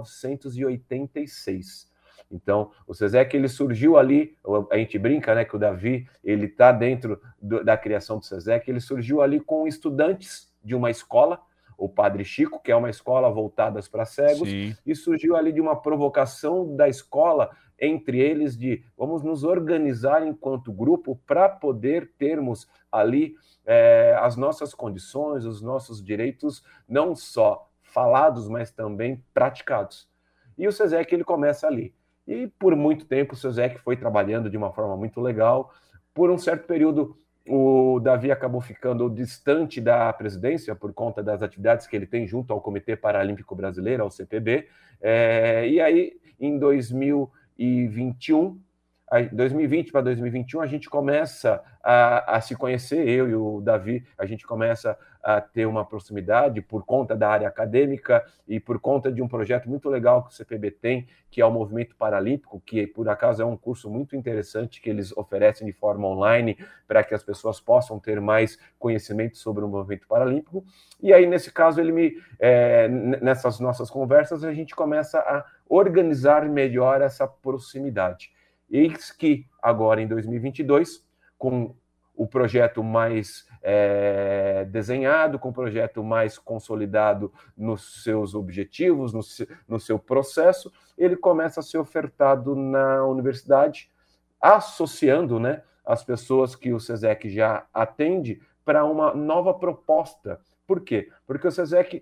1986. Então, o SESEC ele surgiu ali, a gente brinca, né, que o Davi ele está dentro da criação do SESEC, ele surgiu ali com estudantes de uma escola, o Padre Chico, que é uma escola voltada para cegos, sim, e surgiu ali de uma provocação da escola, entre eles de vamos nos organizar enquanto grupo para poder termos ali as nossas condições, os nossos direitos, não só falados, mas também praticados. E o SESEC ele começa ali. E por muito tempo o SESEC foi trabalhando de uma forma muito legal. Por um certo período, o Davi acabou ficando distante da presidência por conta das atividades que ele tem junto ao Comitê Paralímpico Brasileiro, ao CPB. E aí, em 2021, 2020 para 2021, a gente começa a se conhecer, eu e o Davi, a gente começa a ter uma proximidade por conta da área acadêmica e por conta de um projeto muito legal que o CPB tem, que é o Movimento Paralímpico, que por acaso é um curso muito interessante que eles oferecem de forma online para que as pessoas possam ter mais conhecimento sobre o movimento paralímpico. E aí, nesse caso, nessas nossas conversas, a gente começa a organizar melhor essa proximidade. Eis que agora, em 2022, com o projeto mais desenhado, com o projeto mais consolidado nos seus objetivos, no seu processo, ele começa a ser ofertado na universidade, associando, né, as pessoas que o SESEC já atende para uma nova proposta. Por quê? Porque o SESEC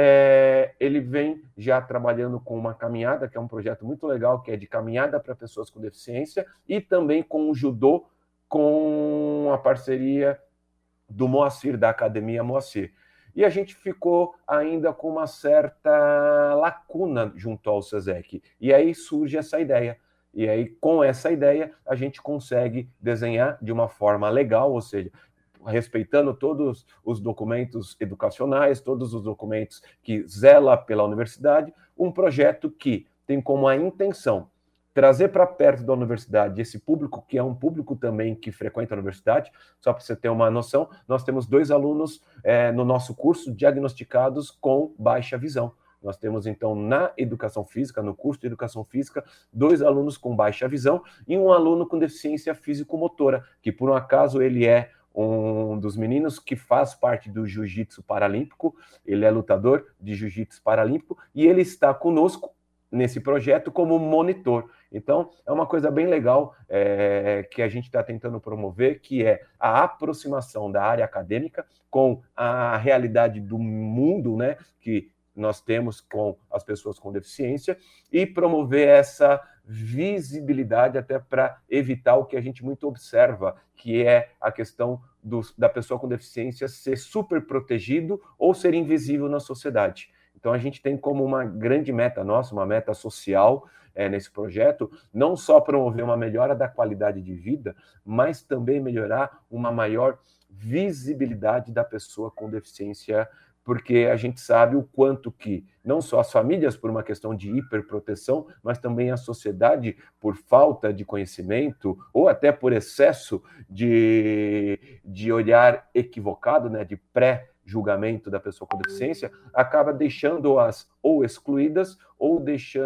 ele vem já trabalhando com uma caminhada, que é um projeto muito legal, que é de caminhada para pessoas com deficiência, e também com o judô, com a parceria do Moacir, da Academia Moacir. E a gente ficou ainda com uma certa lacuna junto ao SESEC. E aí surge essa ideia. E aí, com essa ideia, a gente consegue desenhar de uma forma legal, ou seja, respeitando todos os documentos educacionais, todos os documentos que zela pela universidade, um projeto que tem como a intenção trazer para perto da universidade esse público, que é um público também que frequenta a universidade. Só para você ter uma noção, nós temos 2 alunos no nosso curso diagnosticados com baixa visão. Nós temos, então, na educação física, no curso de educação física, 2 alunos com baixa visão e um aluno com deficiência físico-motora, que por um acaso ele é um dos meninos que faz parte do jiu-jitsu paralímpico, ele é lutador de jiu-jitsu paralímpico e ele está conosco nesse projeto como monitor. Então, é uma coisa bem legal que a gente está tentando promover, que é a aproximação da área acadêmica com a realidade do mundo, né, que nós temos com as pessoas com deficiência, e promover essa visibilidade até para evitar o que a gente muito observa, que é a questão da pessoa com deficiência ser super protegido ou ser invisível na sociedade. Então, a gente tem como uma grande meta nossa, uma meta social nesse projeto, não só promover uma melhora da qualidade de vida, mas também melhorar uma maior visibilidade da pessoa com deficiência, porque a gente sabe o quanto que, não só as famílias por uma questão de hiperproteção, mas também a sociedade por falta de conhecimento, ou até por excesso de olhar equivocado, né, de pré-julgamento da pessoa com deficiência, acaba deixando-as ou excluídas, ou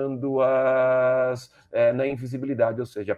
deixando-as na invisibilidade, ou seja,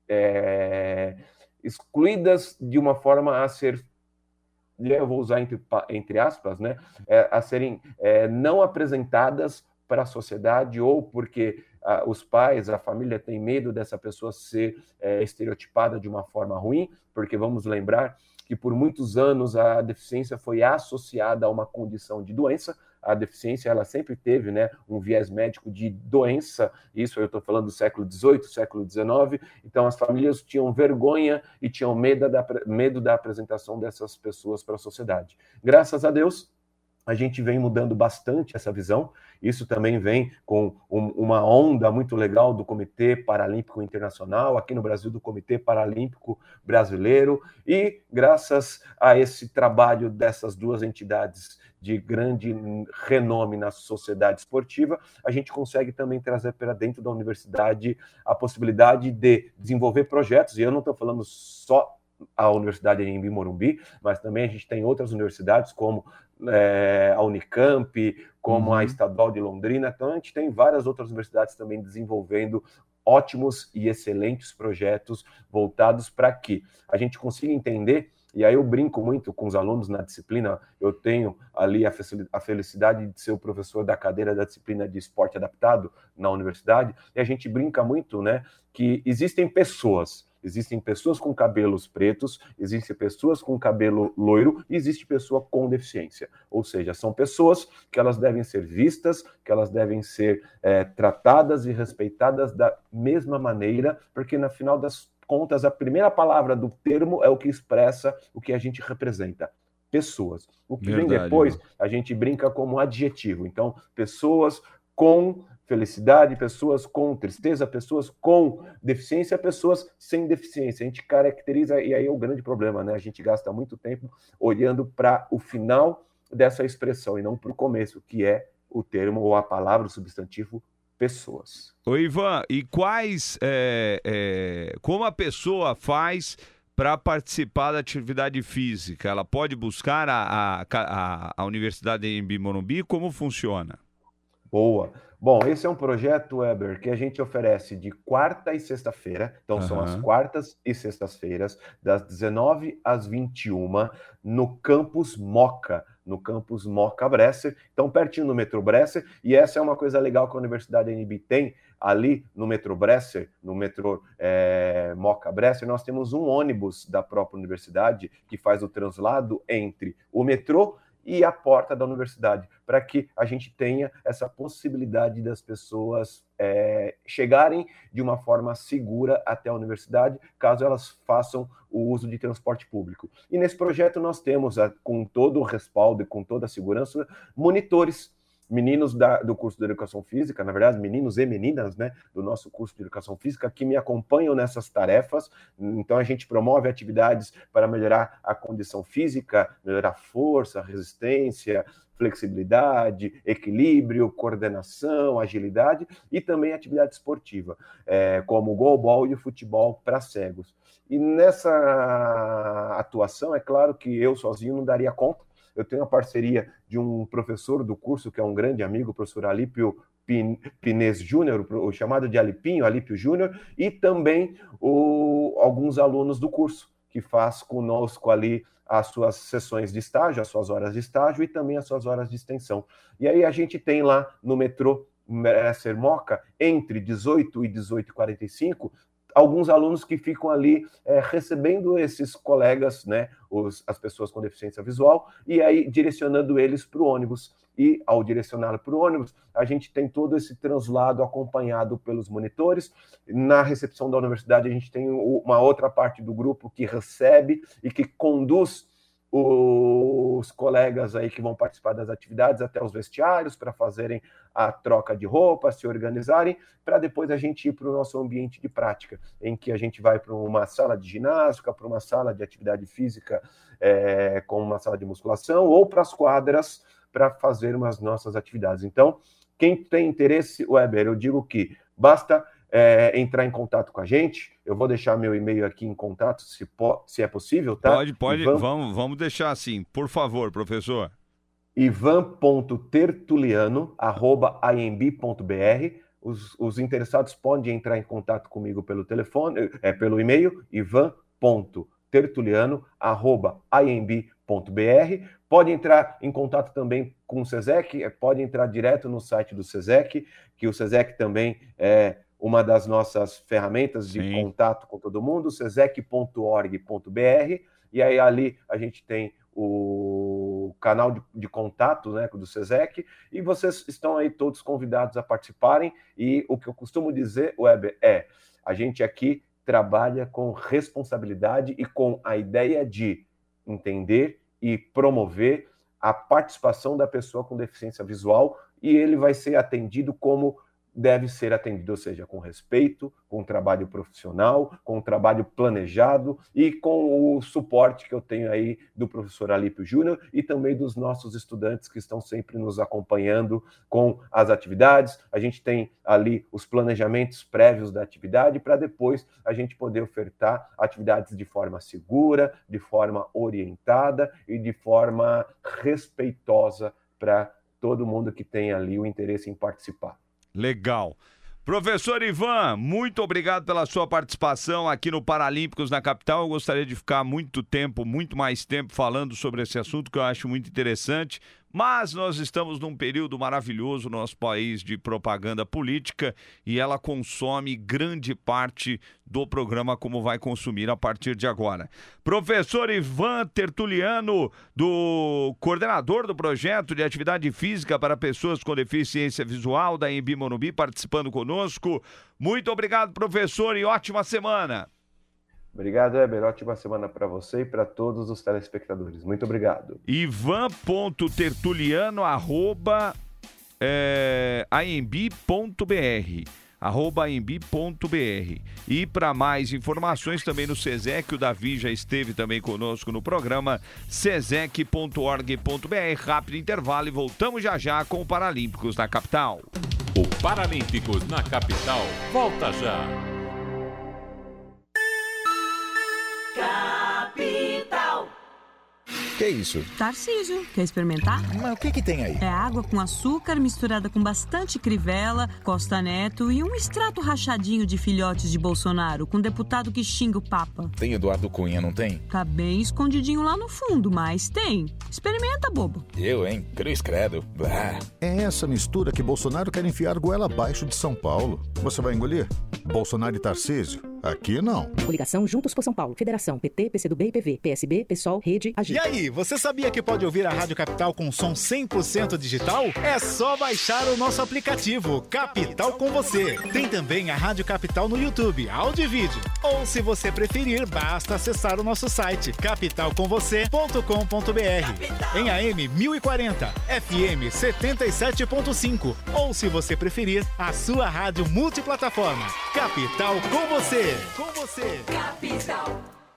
excluídas de uma forma a ser, eu vou usar entre aspas, né, a serem não apresentadas para a sociedade, ou porque os pais, a família tem medo dessa pessoa ser estereotipada de uma forma ruim, porque vamos lembrar que por muitos anos a deficiência foi associada a uma condição de doença. A deficiência, ela sempre teve, né, um viés médico de doença, isso eu estou falando do século XVIII, século XIX, então as famílias tinham vergonha e tinham medo da apresentação dessas pessoas para a sociedade. Graças a Deus, a gente vem mudando bastante essa visão. Isso também vem com uma onda muito legal do Comitê Paralímpico Internacional, aqui no Brasil do Comitê Paralímpico Brasileiro, e graças a esse trabalho dessas 2 entidades de grande renome na sociedade esportiva, a gente consegue também trazer para dentro da universidade a possibilidade de desenvolver projetos, e eu não estou falando só a Universidade em Morumbi, mas também a gente tem outras universidades como a Unicamp, como a Estadual de Londrina. Então a gente tem várias outras universidades também desenvolvendo ótimos e excelentes projetos voltados para que a gente consiga entender. E aí eu brinco muito com os alunos na disciplina, eu tenho ali a felicidade de ser o professor da cadeira da disciplina de esporte adaptado na universidade, e a gente brinca muito, né, que existem pessoas com cabelos pretos, existem pessoas com cabelo loiro, e existe pessoa com deficiência. Ou seja, são pessoas que elas devem ser vistas, que elas devem ser tratadas e respeitadas da mesma maneira, porque no final das contas, a primeira palavra do termo é o que expressa o que a gente representa. Pessoas. O que vem depois, a gente brinca como adjetivo. Então, pessoas com felicidade, pessoas com tristeza, pessoas com deficiência, pessoas sem deficiência. A gente caracteriza, e aí é o grande problema, né? A gente gasta muito tempo olhando para o final dessa expressão e não para o começo, que é o termo ou a palavra, o substantivo pessoas. Ô Ivan, e quais, como a pessoa faz para participar da atividade física? Ela pode buscar a Universidade Anhembi Morumbi? Como funciona? Boa. Bom, esse é um projeto, Weber, que a gente oferece de quarta e sexta-feira. Então, são as quartas e sextas-feiras, das 19 às 21, no Campus Moca. No Campus Moca Bresser. Então, pertinho do metrô Bresser. E essa é uma coisa legal que a Universidade Anhembi tem. Ali no metrô Bresser, no metrô Moca Bresser, nós temos um ônibus da própria universidade que faz o translado entre o metrô e a porta da universidade, para que a gente tenha essa possibilidade das pessoas chegarem de uma forma segura até a universidade, caso elas façam o uso de transporte público. E nesse projeto nós temos, com todo o respaldo e com toda a segurança, monitores, meninos do curso de Educação Física, na verdade, meninos e meninas, né, do nosso curso de Educação Física, que me acompanham nessas tarefas. Então, a gente promove atividades para melhorar a condição física, melhorar força, resistência, flexibilidade, equilíbrio, coordenação, agilidade e também atividade esportiva, como o goalball e o futebol para cegos. E nessa atuação, é claro que eu sozinho não daria conta. Eu tenho a parceria de um professor do curso, que é um grande amigo, o professor Alípio Pinês Júnior, o chamado de Alípio Júnior, e também alguns alunos do curso, que faz conosco ali as suas sessões de estágio, as suas horas de estágio e também as suas horas de extensão. E aí a gente tem lá no metrô Bresser Moca, entre 18 e 18h45, alguns alunos que ficam ali recebendo esses colegas, né, as pessoas com deficiência visual, e aí direcionando eles para o ônibus. E ao direcioná-lo para o ônibus, a gente tem todo esse translado acompanhado pelos monitores. Na recepção da universidade, a gente tem uma outra parte do grupo que recebe e que conduz os colegas aí que vão participar das atividades até os vestiários para fazerem a troca de roupa, se organizarem, para depois a gente ir para o nosso ambiente de prática, em que a gente vai para uma sala de ginástica, para uma sala de atividade física, como uma sala de musculação, ou para as quadras para fazer as nossas atividades. Então, quem tem interesse, Weber, eu digo que basta entrar em contato com a gente. Eu vou deixar meu e-mail aqui em contato, se é possível, tá? Pode. Vamos deixar assim, por favor, professor. ivan.tertuliano@anhembi.br. Os interessados podem entrar em contato comigo pelo telefone, pelo e-mail, ivan.tertuliano@anhembi.br. Pode entrar em contato também com o SESEC, pode entrar direto no site do SESEC, que o SESEC também é uma das nossas ferramentas de contato com todo mundo, sesec.org.br, e aí ali a gente tem o canal de contato, né, do SESEC, e vocês estão aí todos convidados a participarem, e o que eu costumo dizer, Weber, a gente aqui trabalha com responsabilidade e com a ideia de entender e promover a participação da pessoa com deficiência visual, e ele vai ser atendido como deve ser atendido, ou seja, com respeito, com um trabalho profissional, com um trabalho planejado e com o suporte que eu tenho aí do professor Alípio Júnior e também dos nossos estudantes que estão sempre nos acompanhando com as atividades. A gente tem ali os planejamentos prévios da atividade para depois a gente poder ofertar atividades de forma segura, de forma orientada e de forma respeitosa para todo mundo que tem ali o interesse em participar. Legal. Professor Ivan, muito obrigado pela sua participação aqui no Paralímpicos na Capital. Eu gostaria de ficar muito mais tempo falando sobre esse assunto, que eu acho muito interessante. Mas nós estamos num período maravilhoso no nosso país de propaganda política e ela consome grande parte do programa, como vai consumir a partir de agora. Professor Ivan Tertuliano, coordenador do projeto de atividade física para pessoas com deficiência visual da Anhembi Morumbi, participando conosco. Muito obrigado, professor, e ótima semana. Obrigado, Weber. Ótima semana para você e para todos os telespectadores. Muito obrigado. Ivan.tertuliano@ @amb.br. @amb.br. E para mais informações também no SESEC, o Davi já esteve também conosco no programa, sesec.org.br. Rápido intervalo e voltamos já com o Paralímpicos na Capital. O Paralímpicos na Capital volta já. Capital. Que é isso? Tarcísio, quer experimentar? Mas o que tem aí? É água com açúcar misturada com bastante crivela, Costa Neto e um extrato rachadinho de filhotes de Bolsonaro, com deputado que xinga o Papa. Tem Eduardo Cunha, não tem? Tá bem escondidinho lá no fundo, mas tem. Experimenta, bobo. Eu, hein? Cruz credo. Bah. É essa mistura que Bolsonaro quer enfiar goela abaixo de São Paulo. Você vai engolir? Bolsonaro e Tarcísio? Aqui não. Coligação Juntos por São Paulo. Federação PT, PCdoB e PV. PSB, PSOL, Rede, Agir. E aí, você sabia que pode ouvir a Rádio Capital com som 100% digital? É só baixar o nosso aplicativo Capital com Você. Tem também a Rádio Capital no YouTube, áudio e vídeo. Ou se você preferir, basta acessar o nosso site capitalcomvocê.com.br. Em AM 1040, FM 77.5. Ou se você preferir, a sua rádio multiplataforma. Capital com Você. Com você. Capital.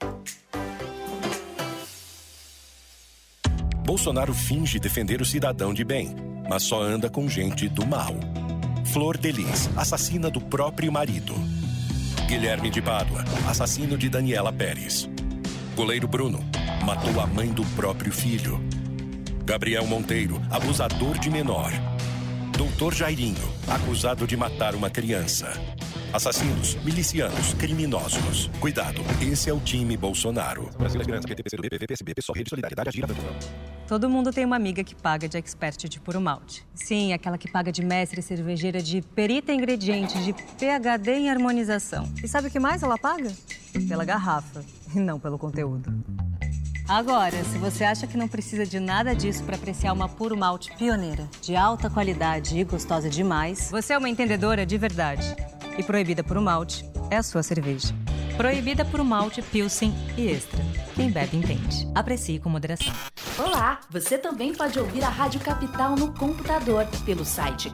Bolsonaro finge defender o cidadão de bem, mas só anda com gente do mal. Flor de Lis, assassina do próprio marido. Guilherme de Pádua, assassino de Daniela Pérez. Goleiro Bruno, matou a mãe do próprio filho. Gabriel Monteiro, abusador de menor. Doutor Jairinho, acusado de matar uma criança. Assassinos, milicianos, criminosos. Cuidado, esse é o time Bolsonaro. Brasil, Esperança, PT, PCdoB, PV, PSB, PSOL, Rede, Solidariedade, Agir. Todo mundo tem uma amiga que paga de expert de puro malte. Sim, aquela que paga de mestre cervejeira, de perita em ingredientes, de PhD em harmonização. E sabe o que mais ela paga? Pela garrafa, e não pelo conteúdo. Agora, se você acha que não precisa de nada disso para apreciar uma puro malte pioneira, de alta qualidade e gostosa demais, você é uma entendedora de verdade. E Proibida Puro Malte é a sua cerveja. Proibida Puro Malte, Pilsen e Extra. Quem bebe entende. Aprecie com moderação. Olá! Você também pode ouvir a Rádio Capital no computador, pelo site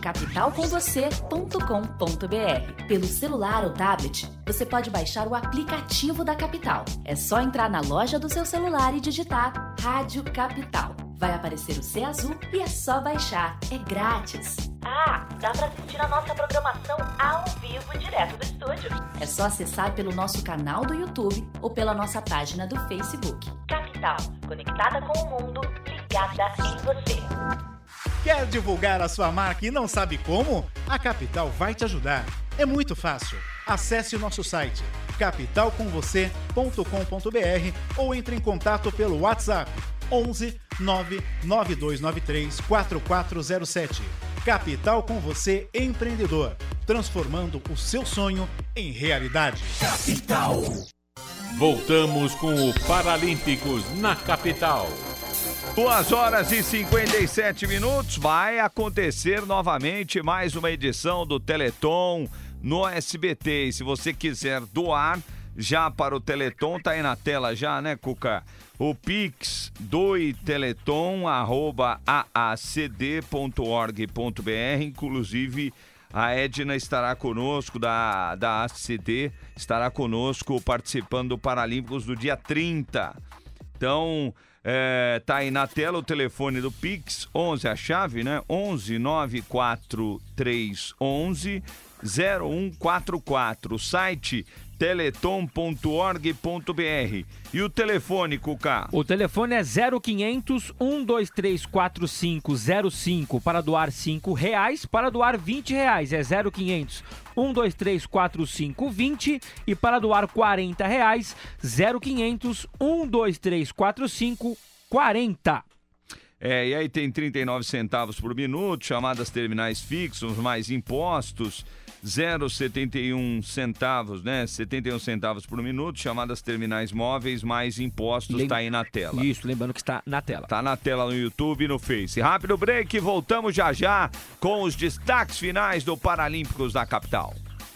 capitalcomvocê.com.br. Pelo celular ou tablet, você pode baixar o aplicativo da Capital. É só entrar na loja do seu celular e digitar Rádio Capital. Vai aparecer o C azul e é só baixar. É grátis. Ah, dá pra assistir a nossa programação ao vivo, direto do estúdio. É só acessar pelo nosso canal do YouTube ou pela nossa página do Facebook. Capital, conectada com o mundo, ligada em você. Quer divulgar a sua marca e não sabe como? A Capital vai te ajudar. É muito fácil. Acesse o nosso site capitalcomvocê.com.br ou entre em contato pelo WhatsApp 11 99293 4407. Capital com Você Empreendedor, transformando o seu sonho em realidade. Capital. Voltamos com o Paralímpicos na Capital. 2h57. Vai acontecer novamente mais uma edição do Teleton no SBT. E se você quiser doar já para o Teleton, tá aí na tela já, né, Cuca? O Pix do Teleton, @aacd.org.br. Inclusive, a Edna estará conosco, da ACD, estará conosco participando do Paralímpicos do dia 30. Então, tá aí na tela o telefone do Pix, 11, a chave, né? 11 94311 0144. O site teleton.org.br. E o telefone, Cuca? O telefone é 0500 123 4505 para doar R$5, para doar R$20. É 0500 123 4520 e para doar R$40, 0500 123 4540. E aí tem 39 centavos por minuto, chamadas terminais fixos, mais impostos, 0,71 centavos, né? 71 centavos por minuto, chamadas terminais móveis, mais impostos, tá aí na tela. Isso, lembrando que está na tela. Tá na tela no YouTube e no Face. Rápido break, voltamos já com os destaques finais do Paralímpicos da Capital.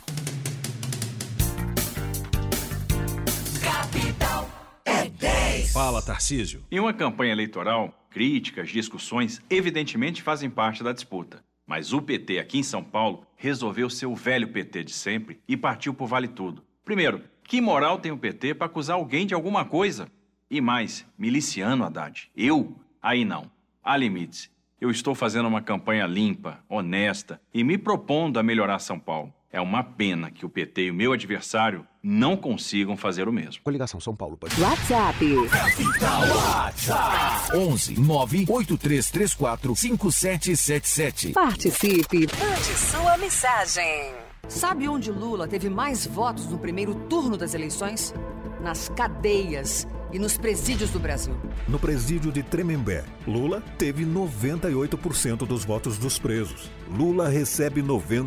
Capital é 10. Fala, Tarcísio. Em uma campanha eleitoral, críticas, discussões, evidentemente fazem parte da disputa. Mas o PT aqui em São Paulo resolveu ser o velho PT de sempre e partiu por vale tudo. Primeiro, que moral tem o PT para acusar alguém de alguma coisa? E mais, miliciano, Haddad. Eu? Aí não. Há limites. Eu estou fazendo uma campanha limpa, honesta e me propondo a melhorar São Paulo. É uma pena que o PT e o meu adversário não consigam fazer o mesmo. Coligação São Paulo. WhatsApp. Capital WhatsApp. 11 98334 5777. Participe. Mande sua mensagem. Sabe onde Lula teve mais votos no primeiro turno das eleições? Nas cadeias e nos presídios do Brasil. No presídio de Tremembé, Lula teve 98% dos votos dos presos. Lula recebe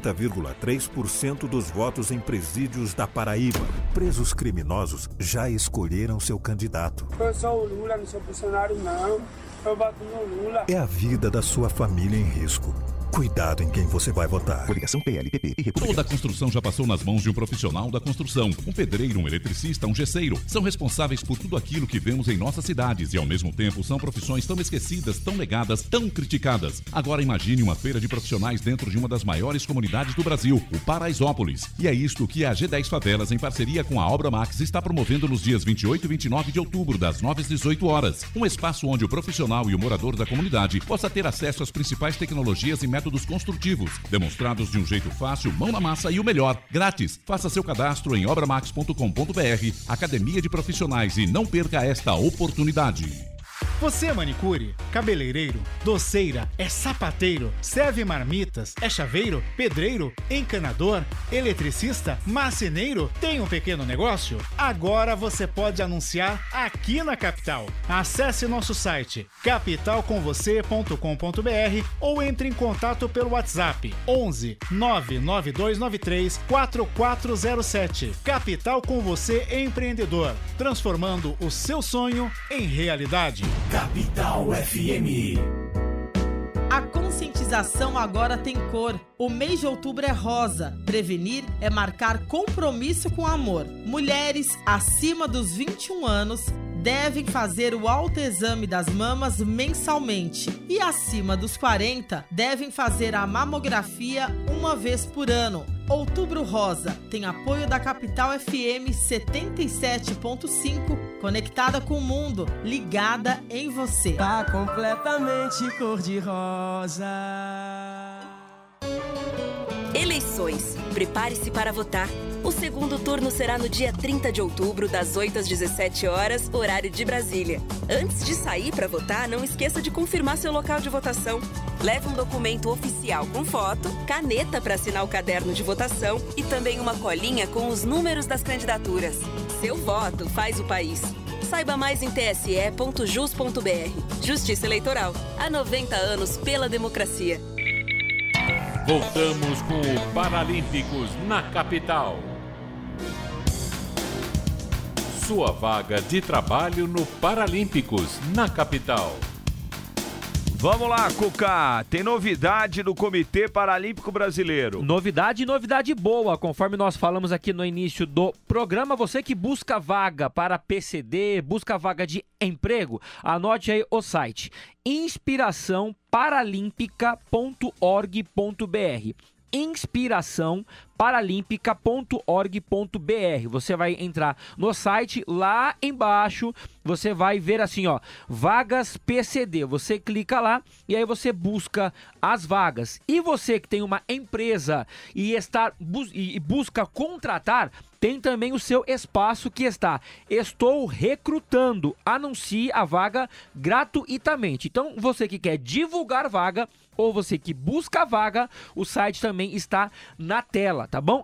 90,3% dos votos em presídios da Paraíba. Presos criminosos já escolheram seu candidato. Eu sou o Lula, não sou Bolsonaro, não. Eu voto no Lula. É a vida da sua família em risco. Cuidado em quem você vai votar. Coligação PLPP e República. Toda a construção já passou nas mãos de um profissional da construção. Um pedreiro, um eletricista, um gesseiro. São responsáveis por tudo aquilo que vemos em nossas cidades e, ao mesmo tempo, são profissões tão esquecidas, tão negadas, tão criticadas. Agora imagine uma feira de profissionais dentro de uma das maiores comunidades do Brasil, o Paraisópolis. E é isto que a G10 Favelas, em parceria com a Obra Max, está promovendo nos dias 28 e 29 de outubro, das 9 às 18 horas. Um espaço onde o profissional e o morador da comunidade possa ter acesso às principais tecnologias e métodos construtivos, demonstrados de um jeito fácil, mão na massa e o melhor, grátis. Faça seu cadastro em obramax.com.br, Academia de Profissionais, e não perca esta oportunidade. Você é manicure, cabeleireiro, doceira, é sapateiro, serve marmitas, é chaveiro, pedreiro, encanador, eletricista, marceneiro? Tem um pequeno negócio? Agora você pode anunciar aqui na Capital. Acesse nosso site capitalcomvocê.com.br ou entre em contato pelo WhatsApp 11 99293 4407. Capital com você, empreendedor, transformando o seu sonho em realidade. Capital FM. A conscientização agora tem cor. O mês de outubro é rosa. Prevenir é marcar compromisso com o amor. Mulheres acima dos 21 anos devem fazer o autoexame das mamas mensalmente. E acima dos 40, devem fazer a mamografia uma vez por ano. Outubro Rosa tem apoio da Capital FM 77.5, conectada com o mundo, ligada em você. Tá completamente cor-de-rosa. Eleições. Prepare-se para votar. O segundo turno será no dia 30 de outubro, das 8 às 17 horas, horário de Brasília. Antes de sair para votar, não esqueça de confirmar seu local de votação. Leve um documento oficial com foto, caneta para assinar o caderno de votação e também uma colinha com os números das candidaturas. Seu voto faz o país. Saiba mais em tse.jus.br. Justiça Eleitoral. Há 90 anos pela democracia. Voltamos com o Paralímpicos na Capital. Sua vaga de trabalho no Paralímpicos na Capital. Vamos lá, Cuca. Tem novidade do Comitê Paralímpico Brasileiro. Novidade e novidade boa, conforme nós falamos aqui no início do programa. Você que busca vaga para PCD, busca vaga de emprego, anote aí o site inspiraçãoparalímpica.org.br. inspiraçãoparalímpica.org.br. Você vai entrar no site, lá embaixo você vai ver assim, ó, vagas PCD. Você clica lá e aí você busca as vagas. E você que tem uma empresa e busca contratar, tem também o seu espaço que está Estou recrutando. Anuncie a vaga gratuitamente. Então, você que quer divulgar vaga ou você que busca vaga, o site também está na tela, tá bom?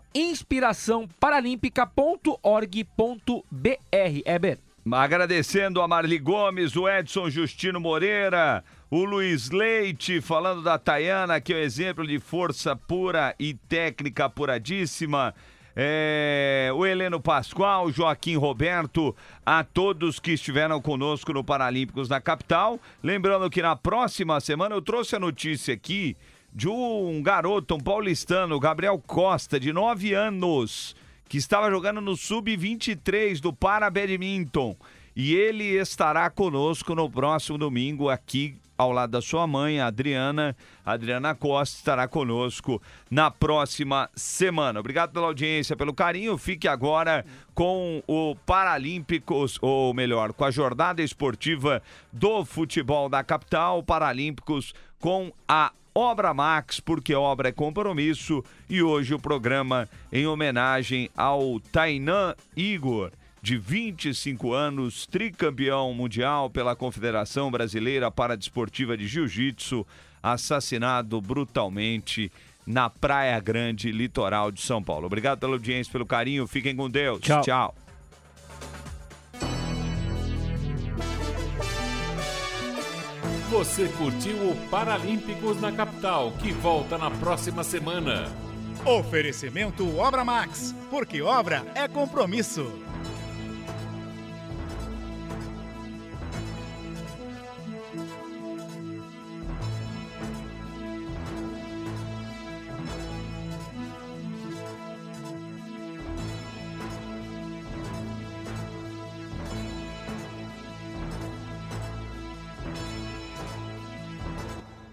inspiraçãoparalímpica.org.br. Heber. Agradecendo a Marli Gomes, o Edson Justino Moreira, o Luiz Leite, falando da Tayana, que é um exemplo de força pura e técnica apuradíssima. O Heleno Pascoal, Joaquim Roberto, a todos que estiveram conosco no Paralímpicos na Capital. Lembrando que na próxima semana eu trouxe a notícia aqui de um garoto, um paulistano, Gabriel Costa, de 9 anos, que estava jogando no Sub-23 do Para Badminton. E ele estará conosco no próximo domingo aqui ao lado da sua mãe, a Adriana Costa, estará conosco na próxima semana. Obrigado pela audiência, pelo carinho. Fique agora com o Paralímpicos, ou melhor, com a jornada esportiva do futebol da capital, Paralímpicos com a Obra Max, porque obra é compromisso, e hoje o programa em homenagem ao Tainan Igor, de 25 anos, tricampeão mundial pela Confederação Brasileira Paradesportiva de Jiu-Jitsu, assassinado brutalmente na Praia Grande, litoral de São Paulo. Obrigado pela audiência, pelo carinho, fiquem com Deus. Tchau. Você curtiu o Paralímpicos na Capital, que volta na próxima semana. Oferecimento Obra Max, porque obra é compromisso.